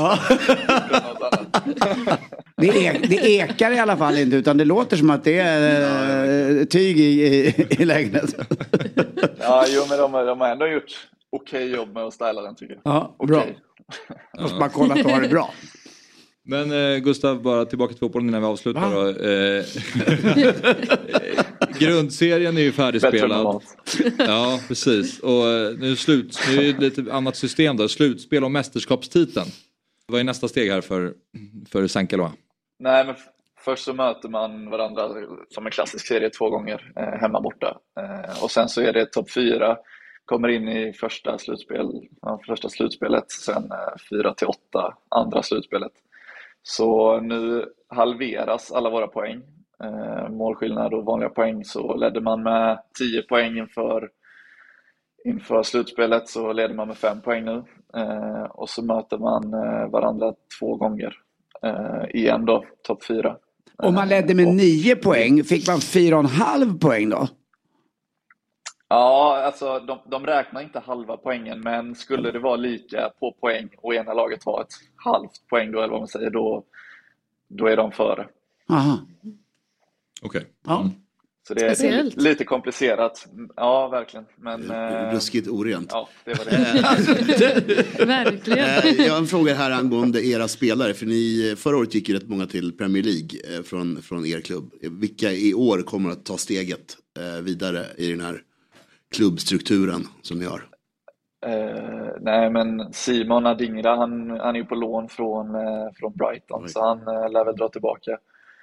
Det ekar i alla fall inte, utan det låter som att det är tyg i lägenheten. Ja, jo, men de har ändå gjort okej jobb med att styla den, tycker jag. Ja, bra. Måste bara kolla att du har det bra. Men Gustav, bara tillbaka till fotbollen innan vi avslutar då. Grundserien är ju färdigspelad. Ja, precis. Och nu är det lite annat system då. Slutspel och mästerskapstiteln. Vad är nästa steg här för Sankeloa? Nej, men först så möter man varandra som en klassisk serie 2 gånger hemma borta. Och sen så är det topp 4. Kommer in i första slutspelet, sen 4-8 andra slutspelet. Så nu halveras alla våra poäng. Målskillnad och vanliga poäng, så ledde man med 10 poäng inför slutspelet, så leder man med 5 poäng nu. Och så möter man varandra 2 gånger. Igen då, topp 4. Om man ledde med 9 poäng, fick man 4,5 poäng då? Ja, alltså de räknar inte halva poängen, men skulle det vara lika på poäng och ena laget har ett halvt poäng då, eller vad man säger, då är de före. Aha. Okej. Ja. Så det är lite komplicerat. Ja, verkligen. Men ruskigt orent. Ja, det var det. Verkligen. Jag har en fråga här angående era spelare. För förra året gick ju rätt många till Premier League från er klubb. Vilka i år kommer att ta steget vidare i den här klubbstrukturen som ni har? Nej, men Simon Adingra, han är ju på lån från Brighton, så han lär väl dra tillbaka.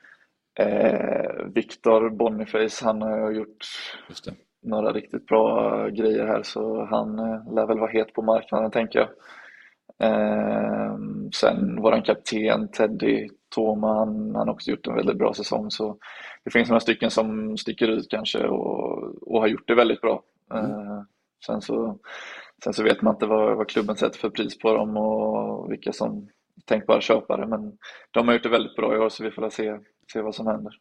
Victor Boniface, han har gjort några riktigt bra grejer här, så han lär väl vara het på marknaden, tänker jag. Sen våran kapten Teddy Toma, han har också gjort en väldigt bra säsong, så det finns några stycken som sticker ut kanske och har gjort det väldigt bra. Sen så vet man inte vad klubben sätter för pris på dem och vilka som tänkbara köpare, men de har gjort det väldigt bra i år, så vi får se vad som händer.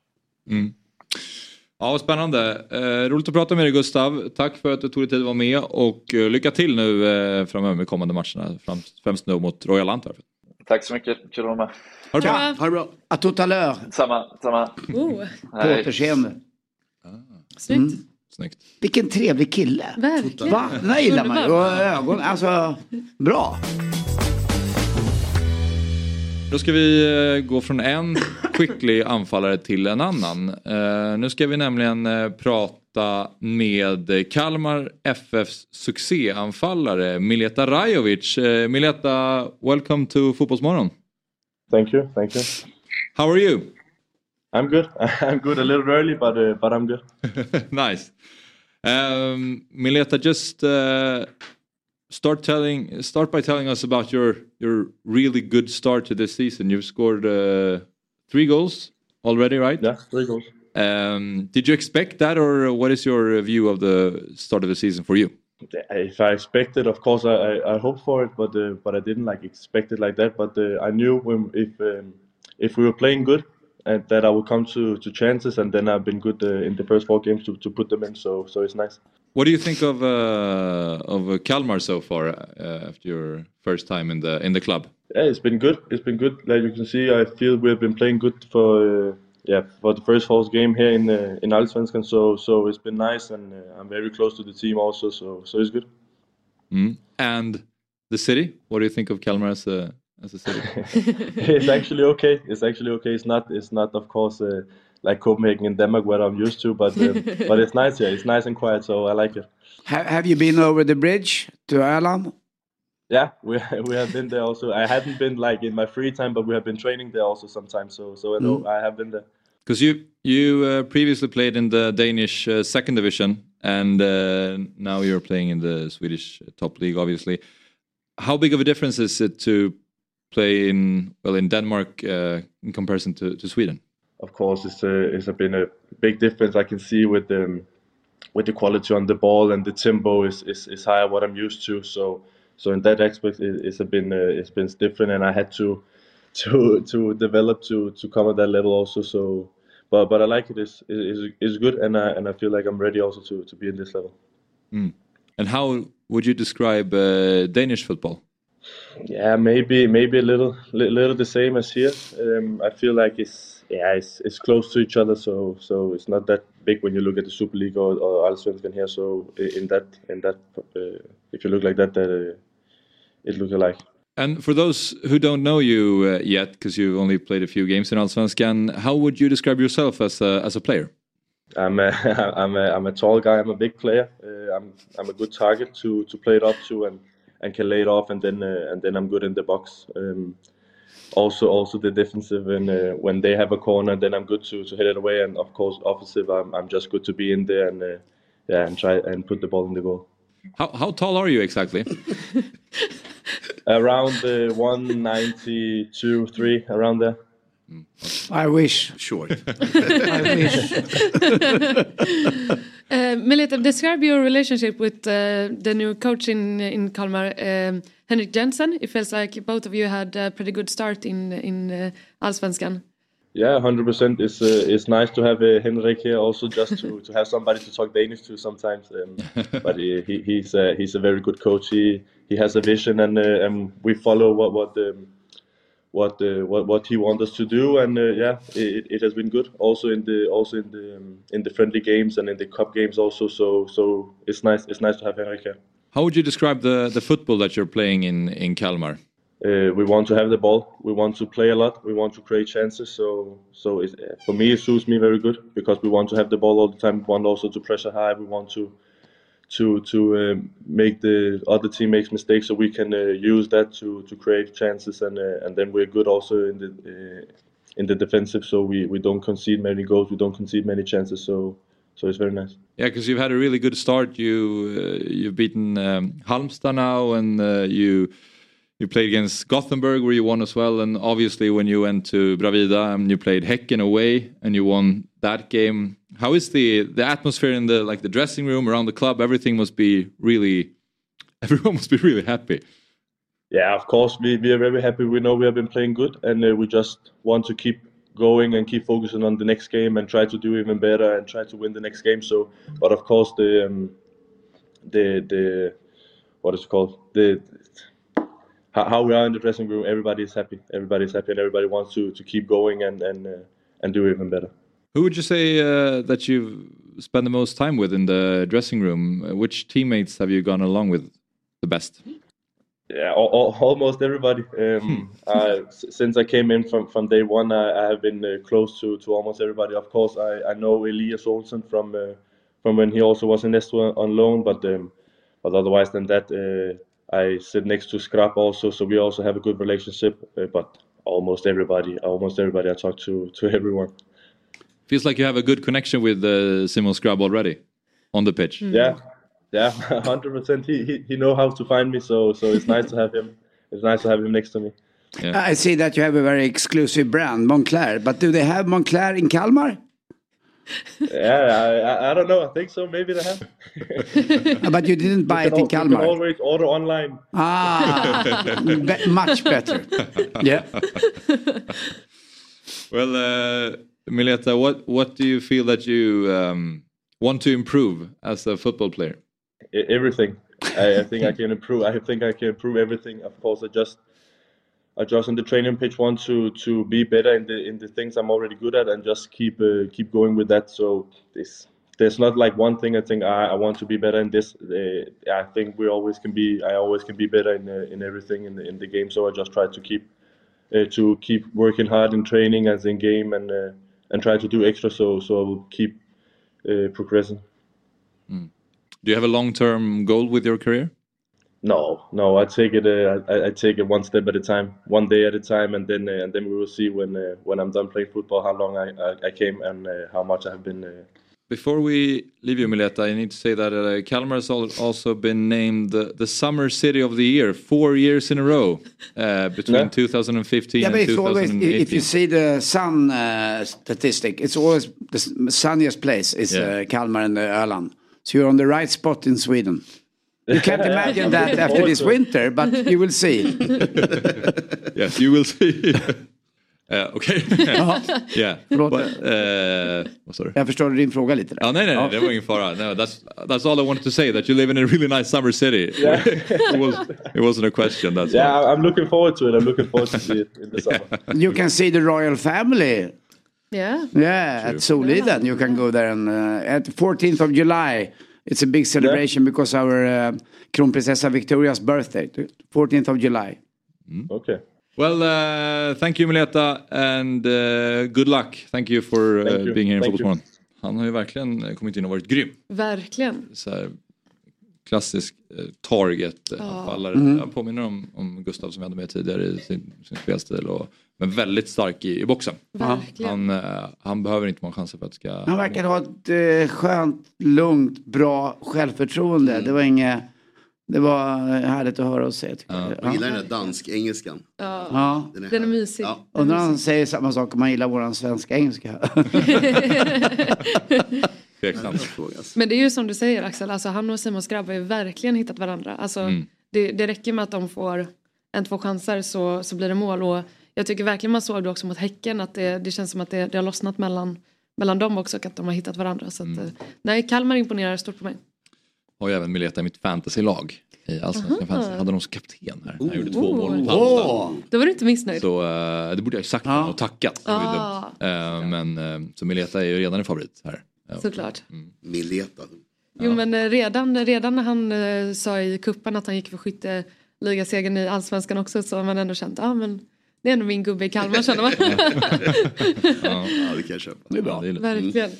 Ja, spännande. Roligt att prata med dig, Gustav. Tack för att du tog dig tid att vara med, och lycka till nu framöver med kommande matcherna, främst nu mot Royal Antwerpen. Tack så mycket, kul att vara med. Ha det bra. Ha det bra. À tout à l'heure. Samma. På återseende. Snyggt. Vilken trevlig kille. Verkligen. Va? Den här gillar man ju. Och ögon, alltså, bra. Då ska vi gå från en quickly anfallare till en annan. Nu ska vi nämligen prata med Kalmar FFs succéanfallare Mileta Rajovic. Mileta, welcome to Fotbollsmorgon. Thank you. How are you? I'm good. I'm good. A little early, but I'm good. Nice. Mileta, just start by telling us about your really good start to this season. You've scored 3 goals already, right? Yeah, 3 goals. Did you expect that, or what is your view of the start of the season for you? If I expected, of course, I hoped for it, but I didn't expect it like that. But I knew if we were playing good, and that I would come to chances, and then I've been good in the first 4 games to put them in. So it's nice. What do you think of Kalmar so far after your first time in the club? Yeah, it's been good. Like you can see, I feel we've been playing good for the first 4 game here in Allsvenskan. So it's been nice, and I'm very close to the team also. So it's good. And the city? What do you think of Kalmar as a city? It's actually okay. It's not of course like Copenhagen in Denmark where I'm used to, but it's nice here. It's nice and quiet, so I like it. Have you been over the bridge to Erlam? Yeah, we have been there also. I hadn't been in my free time, but we have been training there also sometimes. So I know I have been there. Because you previously played in the Danish second division, and now you're playing in the Swedish top league, obviously. How big of a difference is it to play in Denmark in comparison to Sweden? Of course, it's been a big difference. I can see with the quality on the ball, and the tempo is higher what I'm used to. So in that aspect, it's been different, and I had to develop to come at that level also. So, but I like it. It's good, and I feel like I'm ready also to be in this level. And how would you describe Danish football? Yeah, maybe a little the same as here. I feel like it's close to each other, so it's not that big when you look at the Super League or Allsvenskan here. So in that if you look like that, it looks alike. And for those who don't know you yet, because you've only played a few games in Allsvenskan, how would you describe yourself as a player? I'm a tall guy. I'm a big player. I'm a good target to play it up to and can lay it off, and then I'm good in the box. Also the defensive, and when they have a corner, then I'm good to hit it away. And of course, offensive, I'm just good to be in there and try and put the ball in the goal. How tall are you exactly? Around 192, 3, around there. I wish. Short. I wish. Mileta, describe your relationship with the new coach in Kalmar, Henrik Jensen. It feels like both of you had a pretty good start in Allsvenskan. Yeah, 100%. It's nice to have Henrik here also, just to have somebody to talk Danish to sometimes. But he's a very good coach. He has a vision, and we follow what he wants us to do, and it has been good. Also in the friendly games and in the cup games also. So it's nice. It's nice to have Henrik here. How would you describe the football that you're playing in Kalmar? We want to have the ball. We want to play a lot. We want to create chances. So for me, it suits me very good because we want to have the ball all the time. We want also to pressure high. We want to make the other team makes mistakes, so we can use that to create chances, and then we're good also in the defensive. So we don't concede many goals. We don't concede many chances. So it's very nice. Yeah, because you've had a really good start. You've beaten Halmstad now, and you played against Gothenburg where you won as well, and obviously when you went to Bravida and you played Häcken away and you won that game. How is the atmosphere in the dressing room, around the club? Everyone must be really happy. Yeah, of course we are very happy. We know we have been playing good, and we just want to keep going and keep focusing on the next game and try to do even better and try to win the next game. So, but of course the what is it called, how we are in the dressing room, everybody's happy, and everybody wants to keep going and do even better. Who would you say that you've spent the most time with in the dressing room? Which teammates have you gone along with the best? Yeah, almost everybody. Since I came in from day one, I have been close to almost everybody. Of course, I know Elias Olsen from when he also was in Estua on loan, but otherwise than that, I sit next to Skrap also, so we also have a good relationship. But almost everybody I talk to everyone. Feels like you have a good connection with Simon Skrap already on the pitch. Yeah, 100%. He know how to find me, so it's nice to have him. It's nice to have him next to me. Yeah. I see that you have a very exclusive brand, Moncler. But do they have Moncler in Kalmar? Yeah, I don't know. I think so. Maybe they have. But you didn't buy it in Kalmar. You can always order online. Much better. Yeah. Well, Mileta, what do you feel that you want to improve as a football player? Everything. I think I can improve. I think I can improve everything. Of course, I just on the training pitch want to be better in the things I'm already good at, and just keep going with that. So there's not like one thing I think I want to be better in this. I think I always can be better in everything in the game. So I just try to keep working hard in training as in game, and try to do extra so I will keep progressing. Do you have a long-term goal with your career? No. I take it one step at a time, one day at a time, and then we will see when I'm done playing football how long I came and how much I have been. Before we leave you, Mileta, I need to say that Kalmar has also been named the Summer City of the Year 4 years in a row between 2015 and 2018. Always, if you see the sun statistic, it's always the sunniest place is Kalmar and Öland. So you're on the right spot in Sweden. You can't imagine that after this winter, but you will see. Yes, you will see. Okej. Yeah. Vad sa du? Jag förstår din fråga lite där. Nej, det var ingen fara. No, that's all I wanted to say, that you live in a really nice summer city. Yeah. It wasn't a question. That's I'm looking forward to it. I'm looking forward to see it in the summer. You can see the royal family. Yeah. Yeah, at Soliden. You can go there and at 14th of July. It's a big celebration because our Kronprinsessa Victoria's birthday, 14th of July. Okay. Well, thank you Mileta, and good luck. Thank you for being here in Fotbollsmorgon. Han har ju verkligen kommit in och varit grym. Verkligen. Så här, klassisk target-anfallare. Jag påminner om Gustav som vi hade med tidigare i sin spelstil. Men väldigt stark i boxen. Han behöver inte många chanser för att ska... Han verkar ha ett skönt, lugnt, bra självförtroende. Det var härligt att höra och se. Jag gillar den där dansk-engelskan. Ja. Den är mysig. Ja. Och när han säger samma sak om man gillar våran svenska engelska. Men det är ju som du säger, Axel. Alltså, han och Simon Skrap har ju verkligen hittat varandra. Alltså, det räcker med att de får 1-2 chanser så blir det mål. Och jag tycker verkligen man såg det också mot Häcken. Att det känns som att det har lossnat mellan dem också. Och att de har hittat varandra. Så att, Kalmar imponerar stort på mig. Har ju även Mileta i mitt fantasylag i Allsvenskan fantasy. Hade de som kapten här. Han gjorde 2 mål mot Halmstad. Då var du inte missnöjd. Så det borde jag ju sagt och tackat. Men så Mileta är ju redan en favorit här. Såklart. Mileta. Jo, men redan när han sa i kuppen att han gick för skytteligasegern i Allsvenskan också, så har man ändå känt men det är ändå min gubbe i Kalmar, känner man. Ja, det kan jag köpa. Det är bra. Verkligen.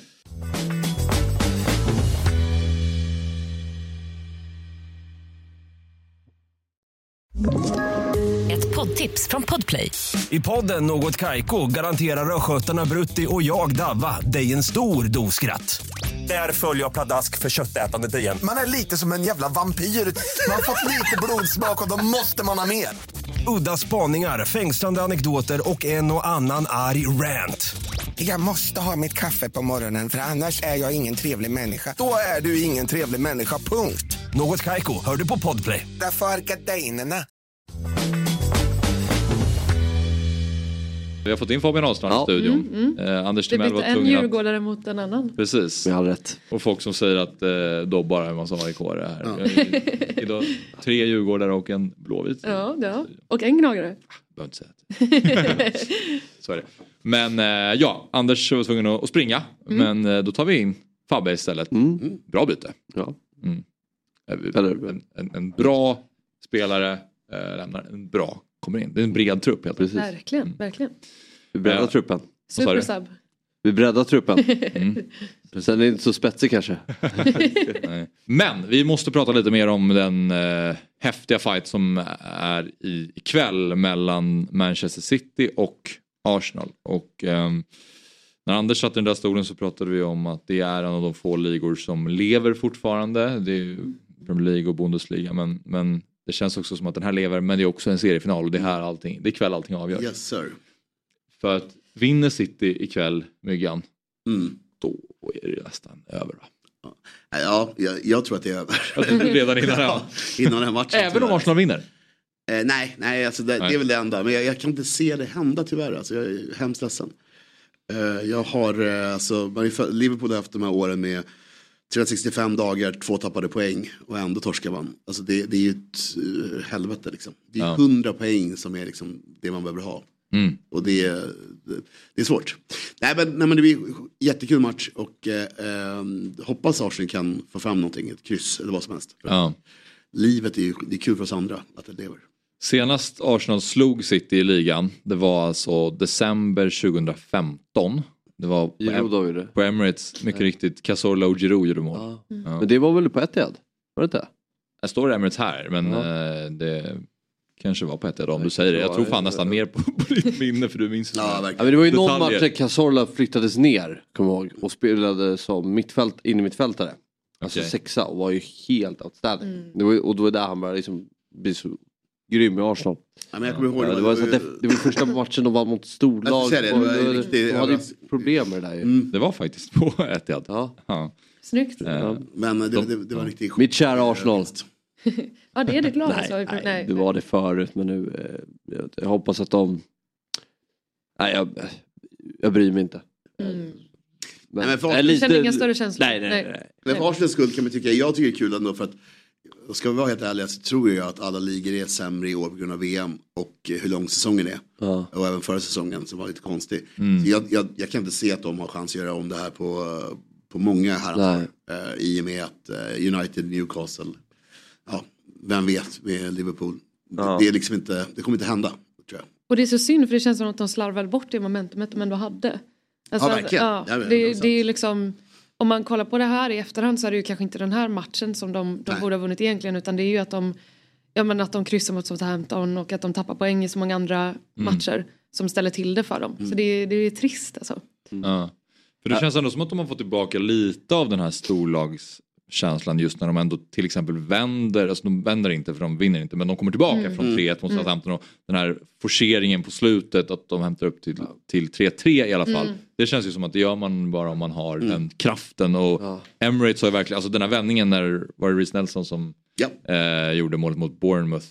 Ett poddtips från Podplay. I podden Något Kaiko garanterar röskötarna Brutti och jag Davva dig en stor doskratt. Där följer jag pladask för köttätandet igen. Man är lite som en jävla vampyr. Man har fått lite blodsmak och då måste man ha mer. Udda spaningar, fängslande anekdoter och en och annan arg rant. Jag måste ha mitt kaffe på morgonen, för annars är jag ingen trevlig människa. Då är du ingen trevlig människa, punkt. Något Kaiko, hör du på Podplay. Därför är gardinerna. Vi har fått in Fabian Ahlstrand i studion. Anders Timell var tvungen en djurgårdare mot en annan. Precis. Vi har rätt. Och folk som säger att då bara är man som AIK-are här. Idag 3 djurgårdare och en blåvit. Ja. Och en gnagare. Behöver inte säga det. Så är det. Men Anders var tvungen att springa. Men då tar vi in Fabbe istället. Bra byte. Ja. En bra spelare. lämnar en bra, kommer in. Det är en bred trupp helt enkelt. Verkligen, verkligen. Vi breddar truppen. Supersub. Vi breddar truppen. Sen är det inte så spetsig kanske. Nej. Men vi måste prata lite mer om den häftiga fight som är ikväll mellan Manchester City och Arsenal. Och när Anders satt i den där stolen så pratade vi om att det är en av de få ligor som lever fortfarande. Det är ju Premier League och Bundesliga, men det känns också som att den här lever, men det är också en seriefinal och det är ikväll allting avgörs. Yes sir. För att vinner City ikväll, Myggan, då är det nästan över, va? Ja, jag tror att det är över. Redan innan, innan den här matchen. Även om Arsenal vinner? Nej, alltså det är väl det enda. Men jag kan inte se det hända tyvärr. Alltså, jag är hemskt ledsen. Jag har, Liverpool har haft de här åren med 365 dagar, 2 tappade poäng och ändå torskar man. Alltså det är ju ett helvete liksom. Det är 100 poäng som är liksom det man behöver ha. Och det är svårt. Nej men det blir jättekul match och hoppas Arsenal kan få fram någonting, ett kryss eller vad som helst. Livet det är kul för oss andra att det lever. Senast Arsenal slog City i ligan, det var alltså december 2015. Det var på Emirates, mycket riktigt. Cazorla och Giroud gjorde mål. Men det var väl på Etihad? Var det inte? Jag står Emirates här, men det kanske var på Etihad om du säger det. Jag tror fan nästan mer på ditt minne, för du minns men det var ju någon match där Cazorla flyttades ner, kommer jag ihåg, och spelade som in i mittfältare. Alltså 6:a och var ju helt outstanding. Och då var där han började liksom bli så grym i Arsenal. Ja, men jag kommer ihåg det var första matchen de var mot storlag. De hade problem med det där ju. Det var faktiskt på Etihad. Ja. Snyggt. Men det var riktigt. Mitt kära Arsenal. Ja, det är det glada. Nej, det var det förut, men nu jag hoppas att de... Nej, jag bryr mig inte. Men känner inga större känslor. Nej. Men för Arsenals skull kan man tycka, jag tycker det är kul ändå, för att ska vi vara helt ärliga så tror jag att alla ligor är sämre i år på grund av VM och hur lång säsongen är. Och även förra säsongen som var lite konstig. Så jag kan inte se att de har chans att göra om det här på många här. I och med att United, Newcastle, vem vet med Liverpool. Det är liksom inte, det kommer inte hända, tror jag. Och det är så synd, för det känns som att de slarvade bort det momentumet de ändå hade. Alltså, verkligen. Det är liksom, om man kollar på det här i efterhand så är det ju kanske inte den här matchen som de borde ha vunnit egentligen, utan det är ju att de kryssar mot Southampton och att de tappar poäng i så många andra matcher som ställer till det för dem. Så det är trist alltså. För det känns ändå som att de har fått tillbaka lite av den här storlagskänslan just när de ändå till exempel vänder, alltså de vänder inte för de vinner inte, men de kommer tillbaka från 3-1 mot Southampton och den här forceringen på slutet att de hämtar upp till 3-3 i alla fall. Det känns ju som att det gör man bara om man har den kraften, och Emirates har ju verkligen, alltså den här vändningen när var det Reece Nelson som gjorde målet mot Bournemouth.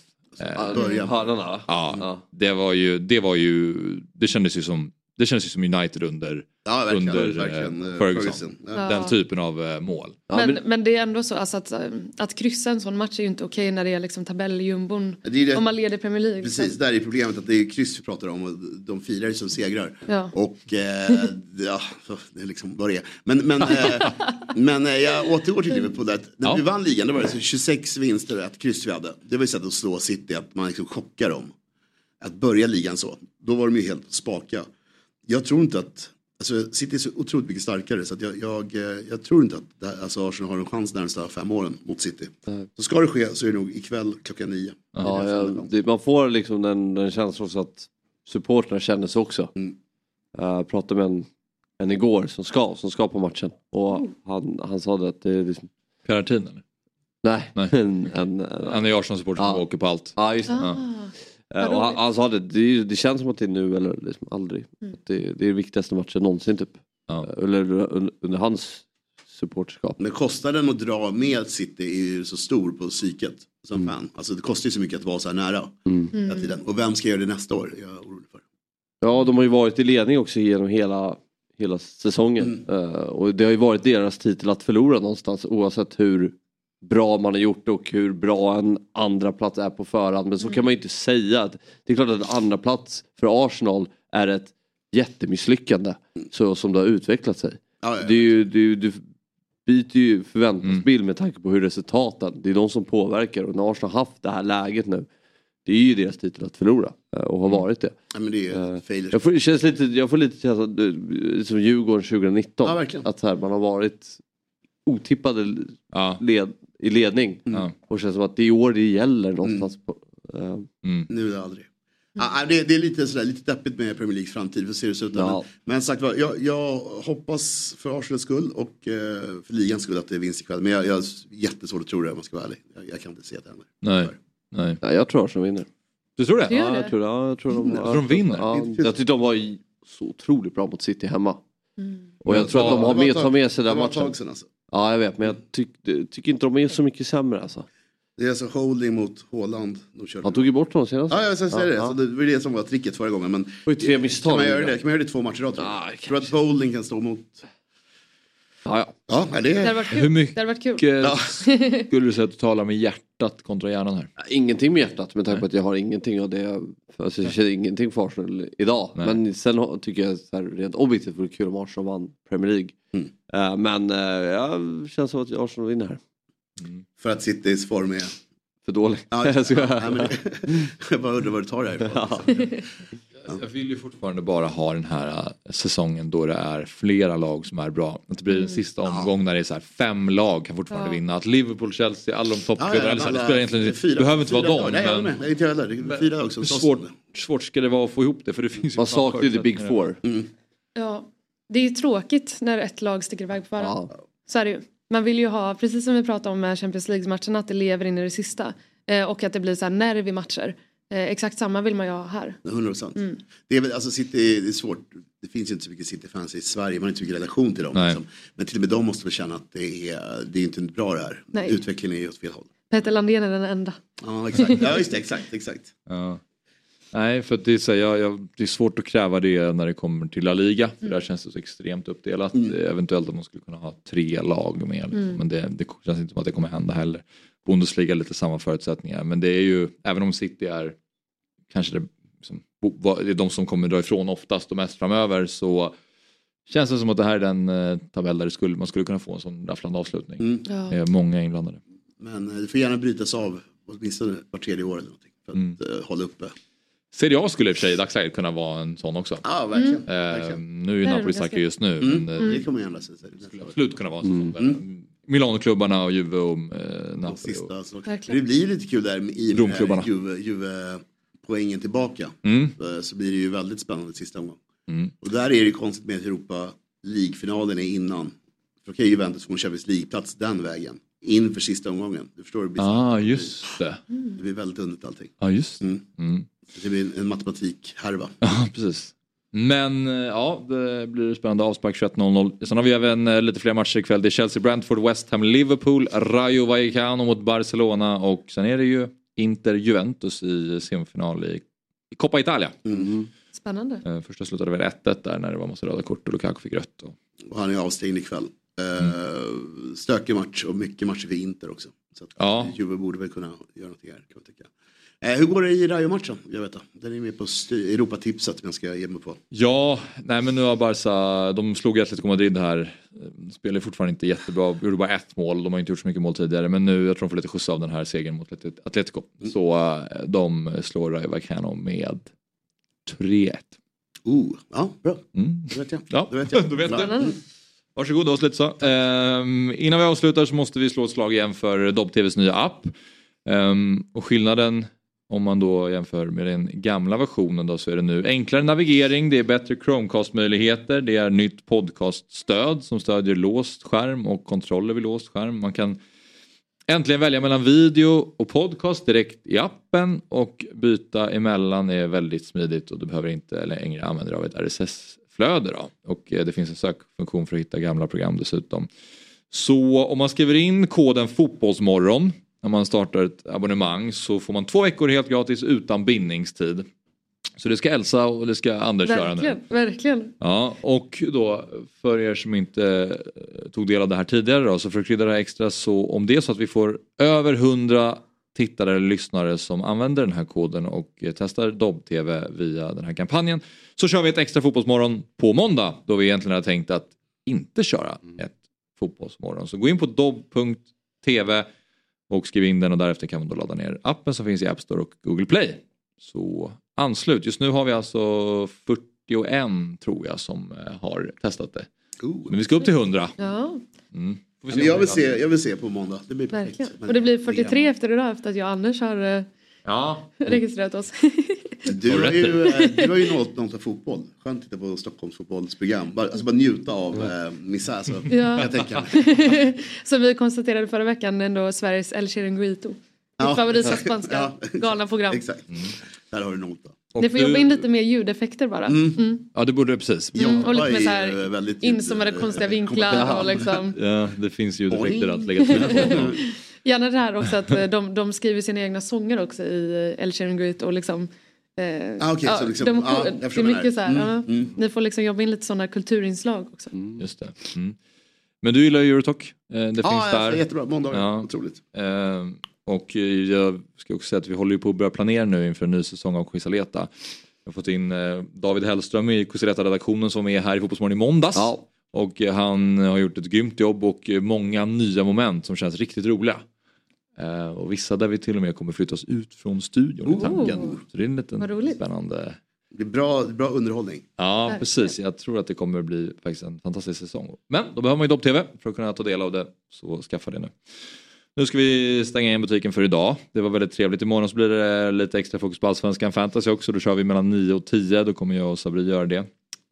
Det kändes ju som United under Ferguson. Den typen av mål. Men det är ändå så alltså att kryssa en sån match är ju inte okej när det är liksom tabelljumbon. Om man leder Premier League. Precis, där är problemet att det är kryss vi pratar om och de firar som segrar. Och det är liksom vad det är. Men jag återgår till Liverpool där. När vi vann ligan, då var det 26 vinster och ett kryss vi hade. Det var ju så att slå City, att man liksom chockar dem. Att börja ligan så. Då var de ju helt spaka. Jag tror inte att, alltså City är så otroligt mycket starkare, så att jag tror inte att Arsenal har en chans närmsta 5 åren mot City. Så ska det ske så är det nog ikväll klockan 9. Man får liksom den känslan så att supporterna känner sig också. Jag pratade med en igår som ska på matchen, och han sa det att det är liksom... Karantin eller? Nej. Han är Arsenal-supporter som åker på allt. Ja, just det. Och han sa det känns som att det är nu eller liksom aldrig. Det är den viktigaste matchen någonsin typ. Eller under hans supporterskap. Men kostnaden att dra med City är ju så stor på psyket som fan. Alltså det kostar ju så mycket att vara så här nära hela tiden. Och vem ska göra det nästa år? Jag är orolig för. Ja, de har ju varit i ledning också genom hela säsongen. Och det har ju varit deras tid till att förlora någonstans, oavsett hur bra man har gjort och hur bra en andra plats är på förhand. Men så kan man ju inte säga. Att det är klart att en andra plats för Arsenal är ett jättemisslyckande så som det har utvecklat sig. Du byter ju förväntansbild med tanke på hur resultaten, det är de som påverkar. Och när Arsenal har haft det här läget nu det är ju deras titel att förlora och har varit det. Ja, men det är jag får lite känsla som Djurgården 2019. Ja, verkligen. Att så här, man har varit otippade i ledning. Och känns som att det är i år det gäller någonstans. Nu är det aldrig. Det är lite sådär, lite deppigt med Premier Leagues framtid för ser det ut. Men sagt vad, jag hoppas för Arsenals skull och för ligans skull att det är vinst ikväll. Men jag är jättesvårt att tro det om man ska vara ärlig. Jag kan inte se det heller. Nej. Ja, jag tror Arsenal vinner. Du tror det? Ja, jag tror de vinner. Ja, jag tyckte de var så otroligt bra mot City hemma. Och jag tror att de har tar med sig den matchen. Alltså. Ja, jag vet, men jag tycker inte de är så mycket sämre alltså. Det är alltså holding mot Haaland. Han tog ju bort honom senast. Ja, jag säger det. Alltså, det var det som var tricket förra gången. Men det 3 misstag. Kan man göra det 2 matcher då? Jag tror att holding kan stå mot... Ja. Det hade varit kul. Hur mycket det hade varit kul. Skulle du säga att du talar med hjärtat kontra hjärnan här? Ingenting med hjärtat, med tanke på att jag har ingenting av det. Alltså, jag känner ingenting för Arsenal idag. Nej. Men sen tycker jag så här, rent objektivt vore kul om Arsenal vann Premier League. Men jag känns som att Arsenal vinner här. För att Citys form är för dålig. Jag bara undrar vad du tar det här. Jag vill ju fortfarande bara ha den här säsongen då det är flera lag som är bra. Att det blir en sista omgång när det är så här 5 lag kan fortfarande vinna. Att Liverpool, Chelsea, alla de toppklubbarna. Det spelar egentligen det behöver inte vara dem. Nej, inte heller. Det är 4 lag som svårt ska det vara att få ihop det. För det finns man saknar ju the big four. Ja, det är ju tråkigt när ett lag sticker iväg på förhand. Så är det ju. Man vill ju ha, precis som vi pratade om med Champions League-matcherna, att det lever in i det sista. Och att det blir så här nerv i matcher. Exakt samma vill man ju ha här. 100%. Det är väl, alltså City, det är svårt. Det finns ju inte så mycket City-fans i Sverige. Man har inte så mycket relation till dem. Liksom. Men till och med de måste väl känna att det är inte bra det här. Nej. Utvecklingen är ju åt fel håll. Peter Landén är den enda. Ja, exakt. Ja, just det, exakt. Ja. Nej, för att det är, så, det är svårt att kräva det när det kommer till La Liga. För där känns det så extremt uppdelat. Eventuellt att man skulle kunna ha 3 lag med. Men det känns inte som att det kommer hända heller. Bundesliga lite samma förutsättningar. Men det är ju, även om City är kanske det är de som kommer dra ifrån oftast och mest framöver, så känns det som att det här är den tabell där man skulle kunna få en sån rafflande avslutning. Det är många inblandade. Men det får gärna brytas av åtminstone var 3:e år eller någonting för att hålla uppe. Serie A skulle i och för sig i dagsläget kunna vara en sån också. Ja, verkligen. Nu är ju Napoli starka just nu. Men det kommer ändra sig. Det skulle absolut kunna vara en sån. Milano-klubbarna och Juve och Napoli. Det blir lite kul där i Juve-poängen tillbaka. Så blir det ju väldigt spännande sista omgång. Och där är det konstigt med att Europa League-finalen är innan. För okej, Juventus får en Champions League-plats den vägen. Inför sista omgången. Du förstår, det blir just det. Det blir väldigt underligt allting. Ja, just det. Det blir en matematik-härva. Ja, precis. Men det blir spännande. Avspark 21:00. Sen har vi även lite fler matcher ikväll. Det är Chelsea, Brentford, West Ham, Liverpool, Rayo Vallecano mot Barcelona. Och sen är det ju Inter Juventus i semifinal i Coppa Italia. Spännande. Första slutade väl 1-1 där när det var massa röda kort och Lukaku fick rött. Och han är avstängd ikväll. Stökig match och mycket matcher för Inter också. Så att Juve borde väl kunna göra något här, kan man tycka. Hur går det i Rayo-matchen? Jag vet inte. Den är med på Europatipset som jag ska ge mig på. Ja, nej men nu har Barca, de slog Atletico Madrid här. Spelar fortfarande inte jättebra. Gjorde bara 1 mål. De har inte gjort så mycket mål tidigare. Men nu, jag tror de får lite skjuts av den här segern mot Atletico. Så de slår Rayo Vallecano med 3-1. Ja, bra. Det vet jag. Ja, då vet jag. Varsågod, då slut så. Innan vi avslutar så måste vi slå ett slag igen för Dobb-TVs nya app. Och skillnaden om man då jämför med den gamla versionen då, så är det nu enklare navigering, det är bättre Chromecast-möjligheter, det är nytt podcaststöd som stödjer låst skärm och kontroller vid låst skärm. Man kan äntligen välja mellan video och podcast direkt i appen, och byta emellan är väldigt smidigt och du behöver inte längre använda av ett RSS-flöde då. Och det finns en sökfunktion för att hitta gamla program dessutom. Så om man skriver in koden fotbollsmorgon när man startar ett abonnemang, så får man 2 veckor helt gratis utan bindningstid. Så det ska Elsa och det ska Anders göra nu. Verkligen. Ja, och då för er som inte tog del av det här tidigare då, så för att krydda det här extra, så om det är så att vi får över 100 tittare eller lyssnare som använder den här koden och testar Dobb-TV via den här kampanjen, så kör vi ett extra fotbollsmorgon på måndag, då vi egentligen har tänkt att inte köra ett fotbollsmorgon. Så gå in på dobb.tv Och skriv in den och därefter kan man då ladda ner appen som finns i App Store och Google Play. Så anslut. Just nu har vi alltså 41 tror jag som har testat det. Men vi ska upp till 100. Ja. Jag vill se på måndag. Det blir perfekt. Och det blir 43 efter idag efter att jag och Anders har registrerat oss. Du har ju något av fotboll. Skönt att titta på Stockholms fotbollsprogram. Bara njuta av misär. Så jag tänker. Som vi konstaterade förra veckan ändå Sveriges El Chiringuito. Mitt favorita spanska galna program. Exakt. Där har du något då. Det får jobba in lite mer ljudeffekter bara. Ja, det borde det precis. Och lite med så här inzoomade konstiga vinklar. Och liksom. Ja, det finns ljudeffekter att lägga till. Gärna det här också att de skriver sina egna sånger också i El Chiringuito och liksom så liksom, det är mycket så här. Ni får liksom jobba in lite sådana kulturinslag också. Just det. Men du gillar Eurotalk. Det finns där. Jättebra. Måndag. Otroligt. Och jag ska också säga att vi håller ju på att börja planera nu inför en ny säsong av Quisaleta. Jag har fått in David Hellström i Quisaleta-redaktionen som är här i Fotbollsmorgon i måndags. Ja. Och han har gjort ett grymt jobb och många nya moment som känns riktigt roliga. Och vissa där vi till och med kommer flyttas ut från studion i tanken. Så det är en liten spännande... Det är bra underhållning. Ja, precis. Jag tror att det kommer bli faktiskt en fantastisk säsong. Men då behöver man ju Dobb-TV för att kunna ta del av det. Så skaffa det nu. Nu ska vi stänga igen butiken för idag. Det var väldigt trevligt. Imorgon så blir det lite extra fokus på Allsvenskan Fantasy också. Då kör vi mellan 9 och 10. Då kommer jag och Sabri göra det.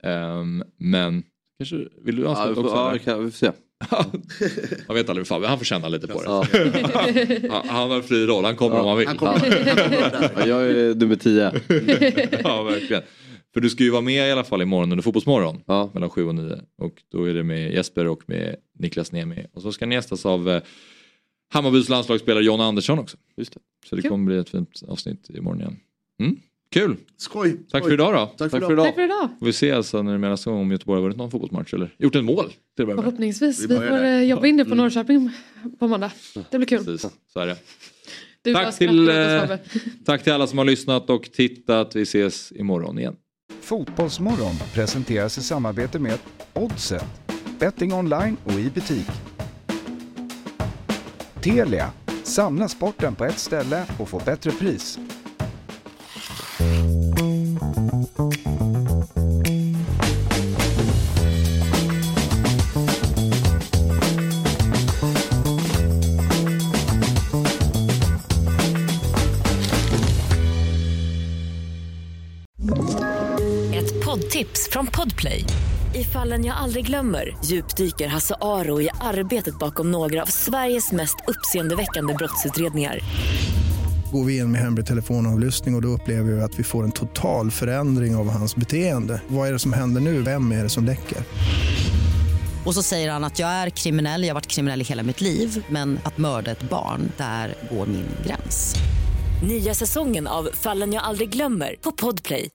Men kanske vill du ansluta också? Ja, kan vi se. Jag vet aldrig Fabian, han får känna lite på det. Han har en fri roll, han kommer om han vill. Jag är nummer 10. Ja, verkligen. För du ska ju vara med i alla fall imorgon under Fotbollsmorgon. Mellan 7 och 9. Och då är det med Jesper och med Niklas Niemi. Och så ska ni gästas av Hammarbys landslagsspelare John Andersson också. Just det. Så det kommer bli ett fint avsnitt imorgon igen. Kul. Skoj. Tack för idag då. Tack för idag. Vi ses alltså när det menas om Göteborg har vunnit någon fotbollsmatch eller gjort en mål. Förhoppningsvis. Vi får jobba in det på Norrköping på måndag. Det blir kul. Precis. Så är det. Tack till alla som har lyssnat och tittat. Vi ses imorgon igen. Fotbollsmorgon presenteras i samarbete med Oddset. Betting online och i butik. Telia. Samla sporten på ett ställe och få bättre pris. Ett poddtips från Podplay. I Fallen jag aldrig glömmer djupdyker Hasse Aro i arbetet bakom några av Sveriges mest uppseendeväckande brottsutredningar. Går vi in med hemlig telefonavlyssning och då upplever vi att vi får en total förändring av hans beteende. Vad är det som händer nu? Vem är det som läcker? Och så säger han att jag är kriminell, jag har varit kriminell i hela mitt liv. Men att mörda ett barn, där går min gräns. Nya säsongen av Fallen jag aldrig glömmer på Podplay.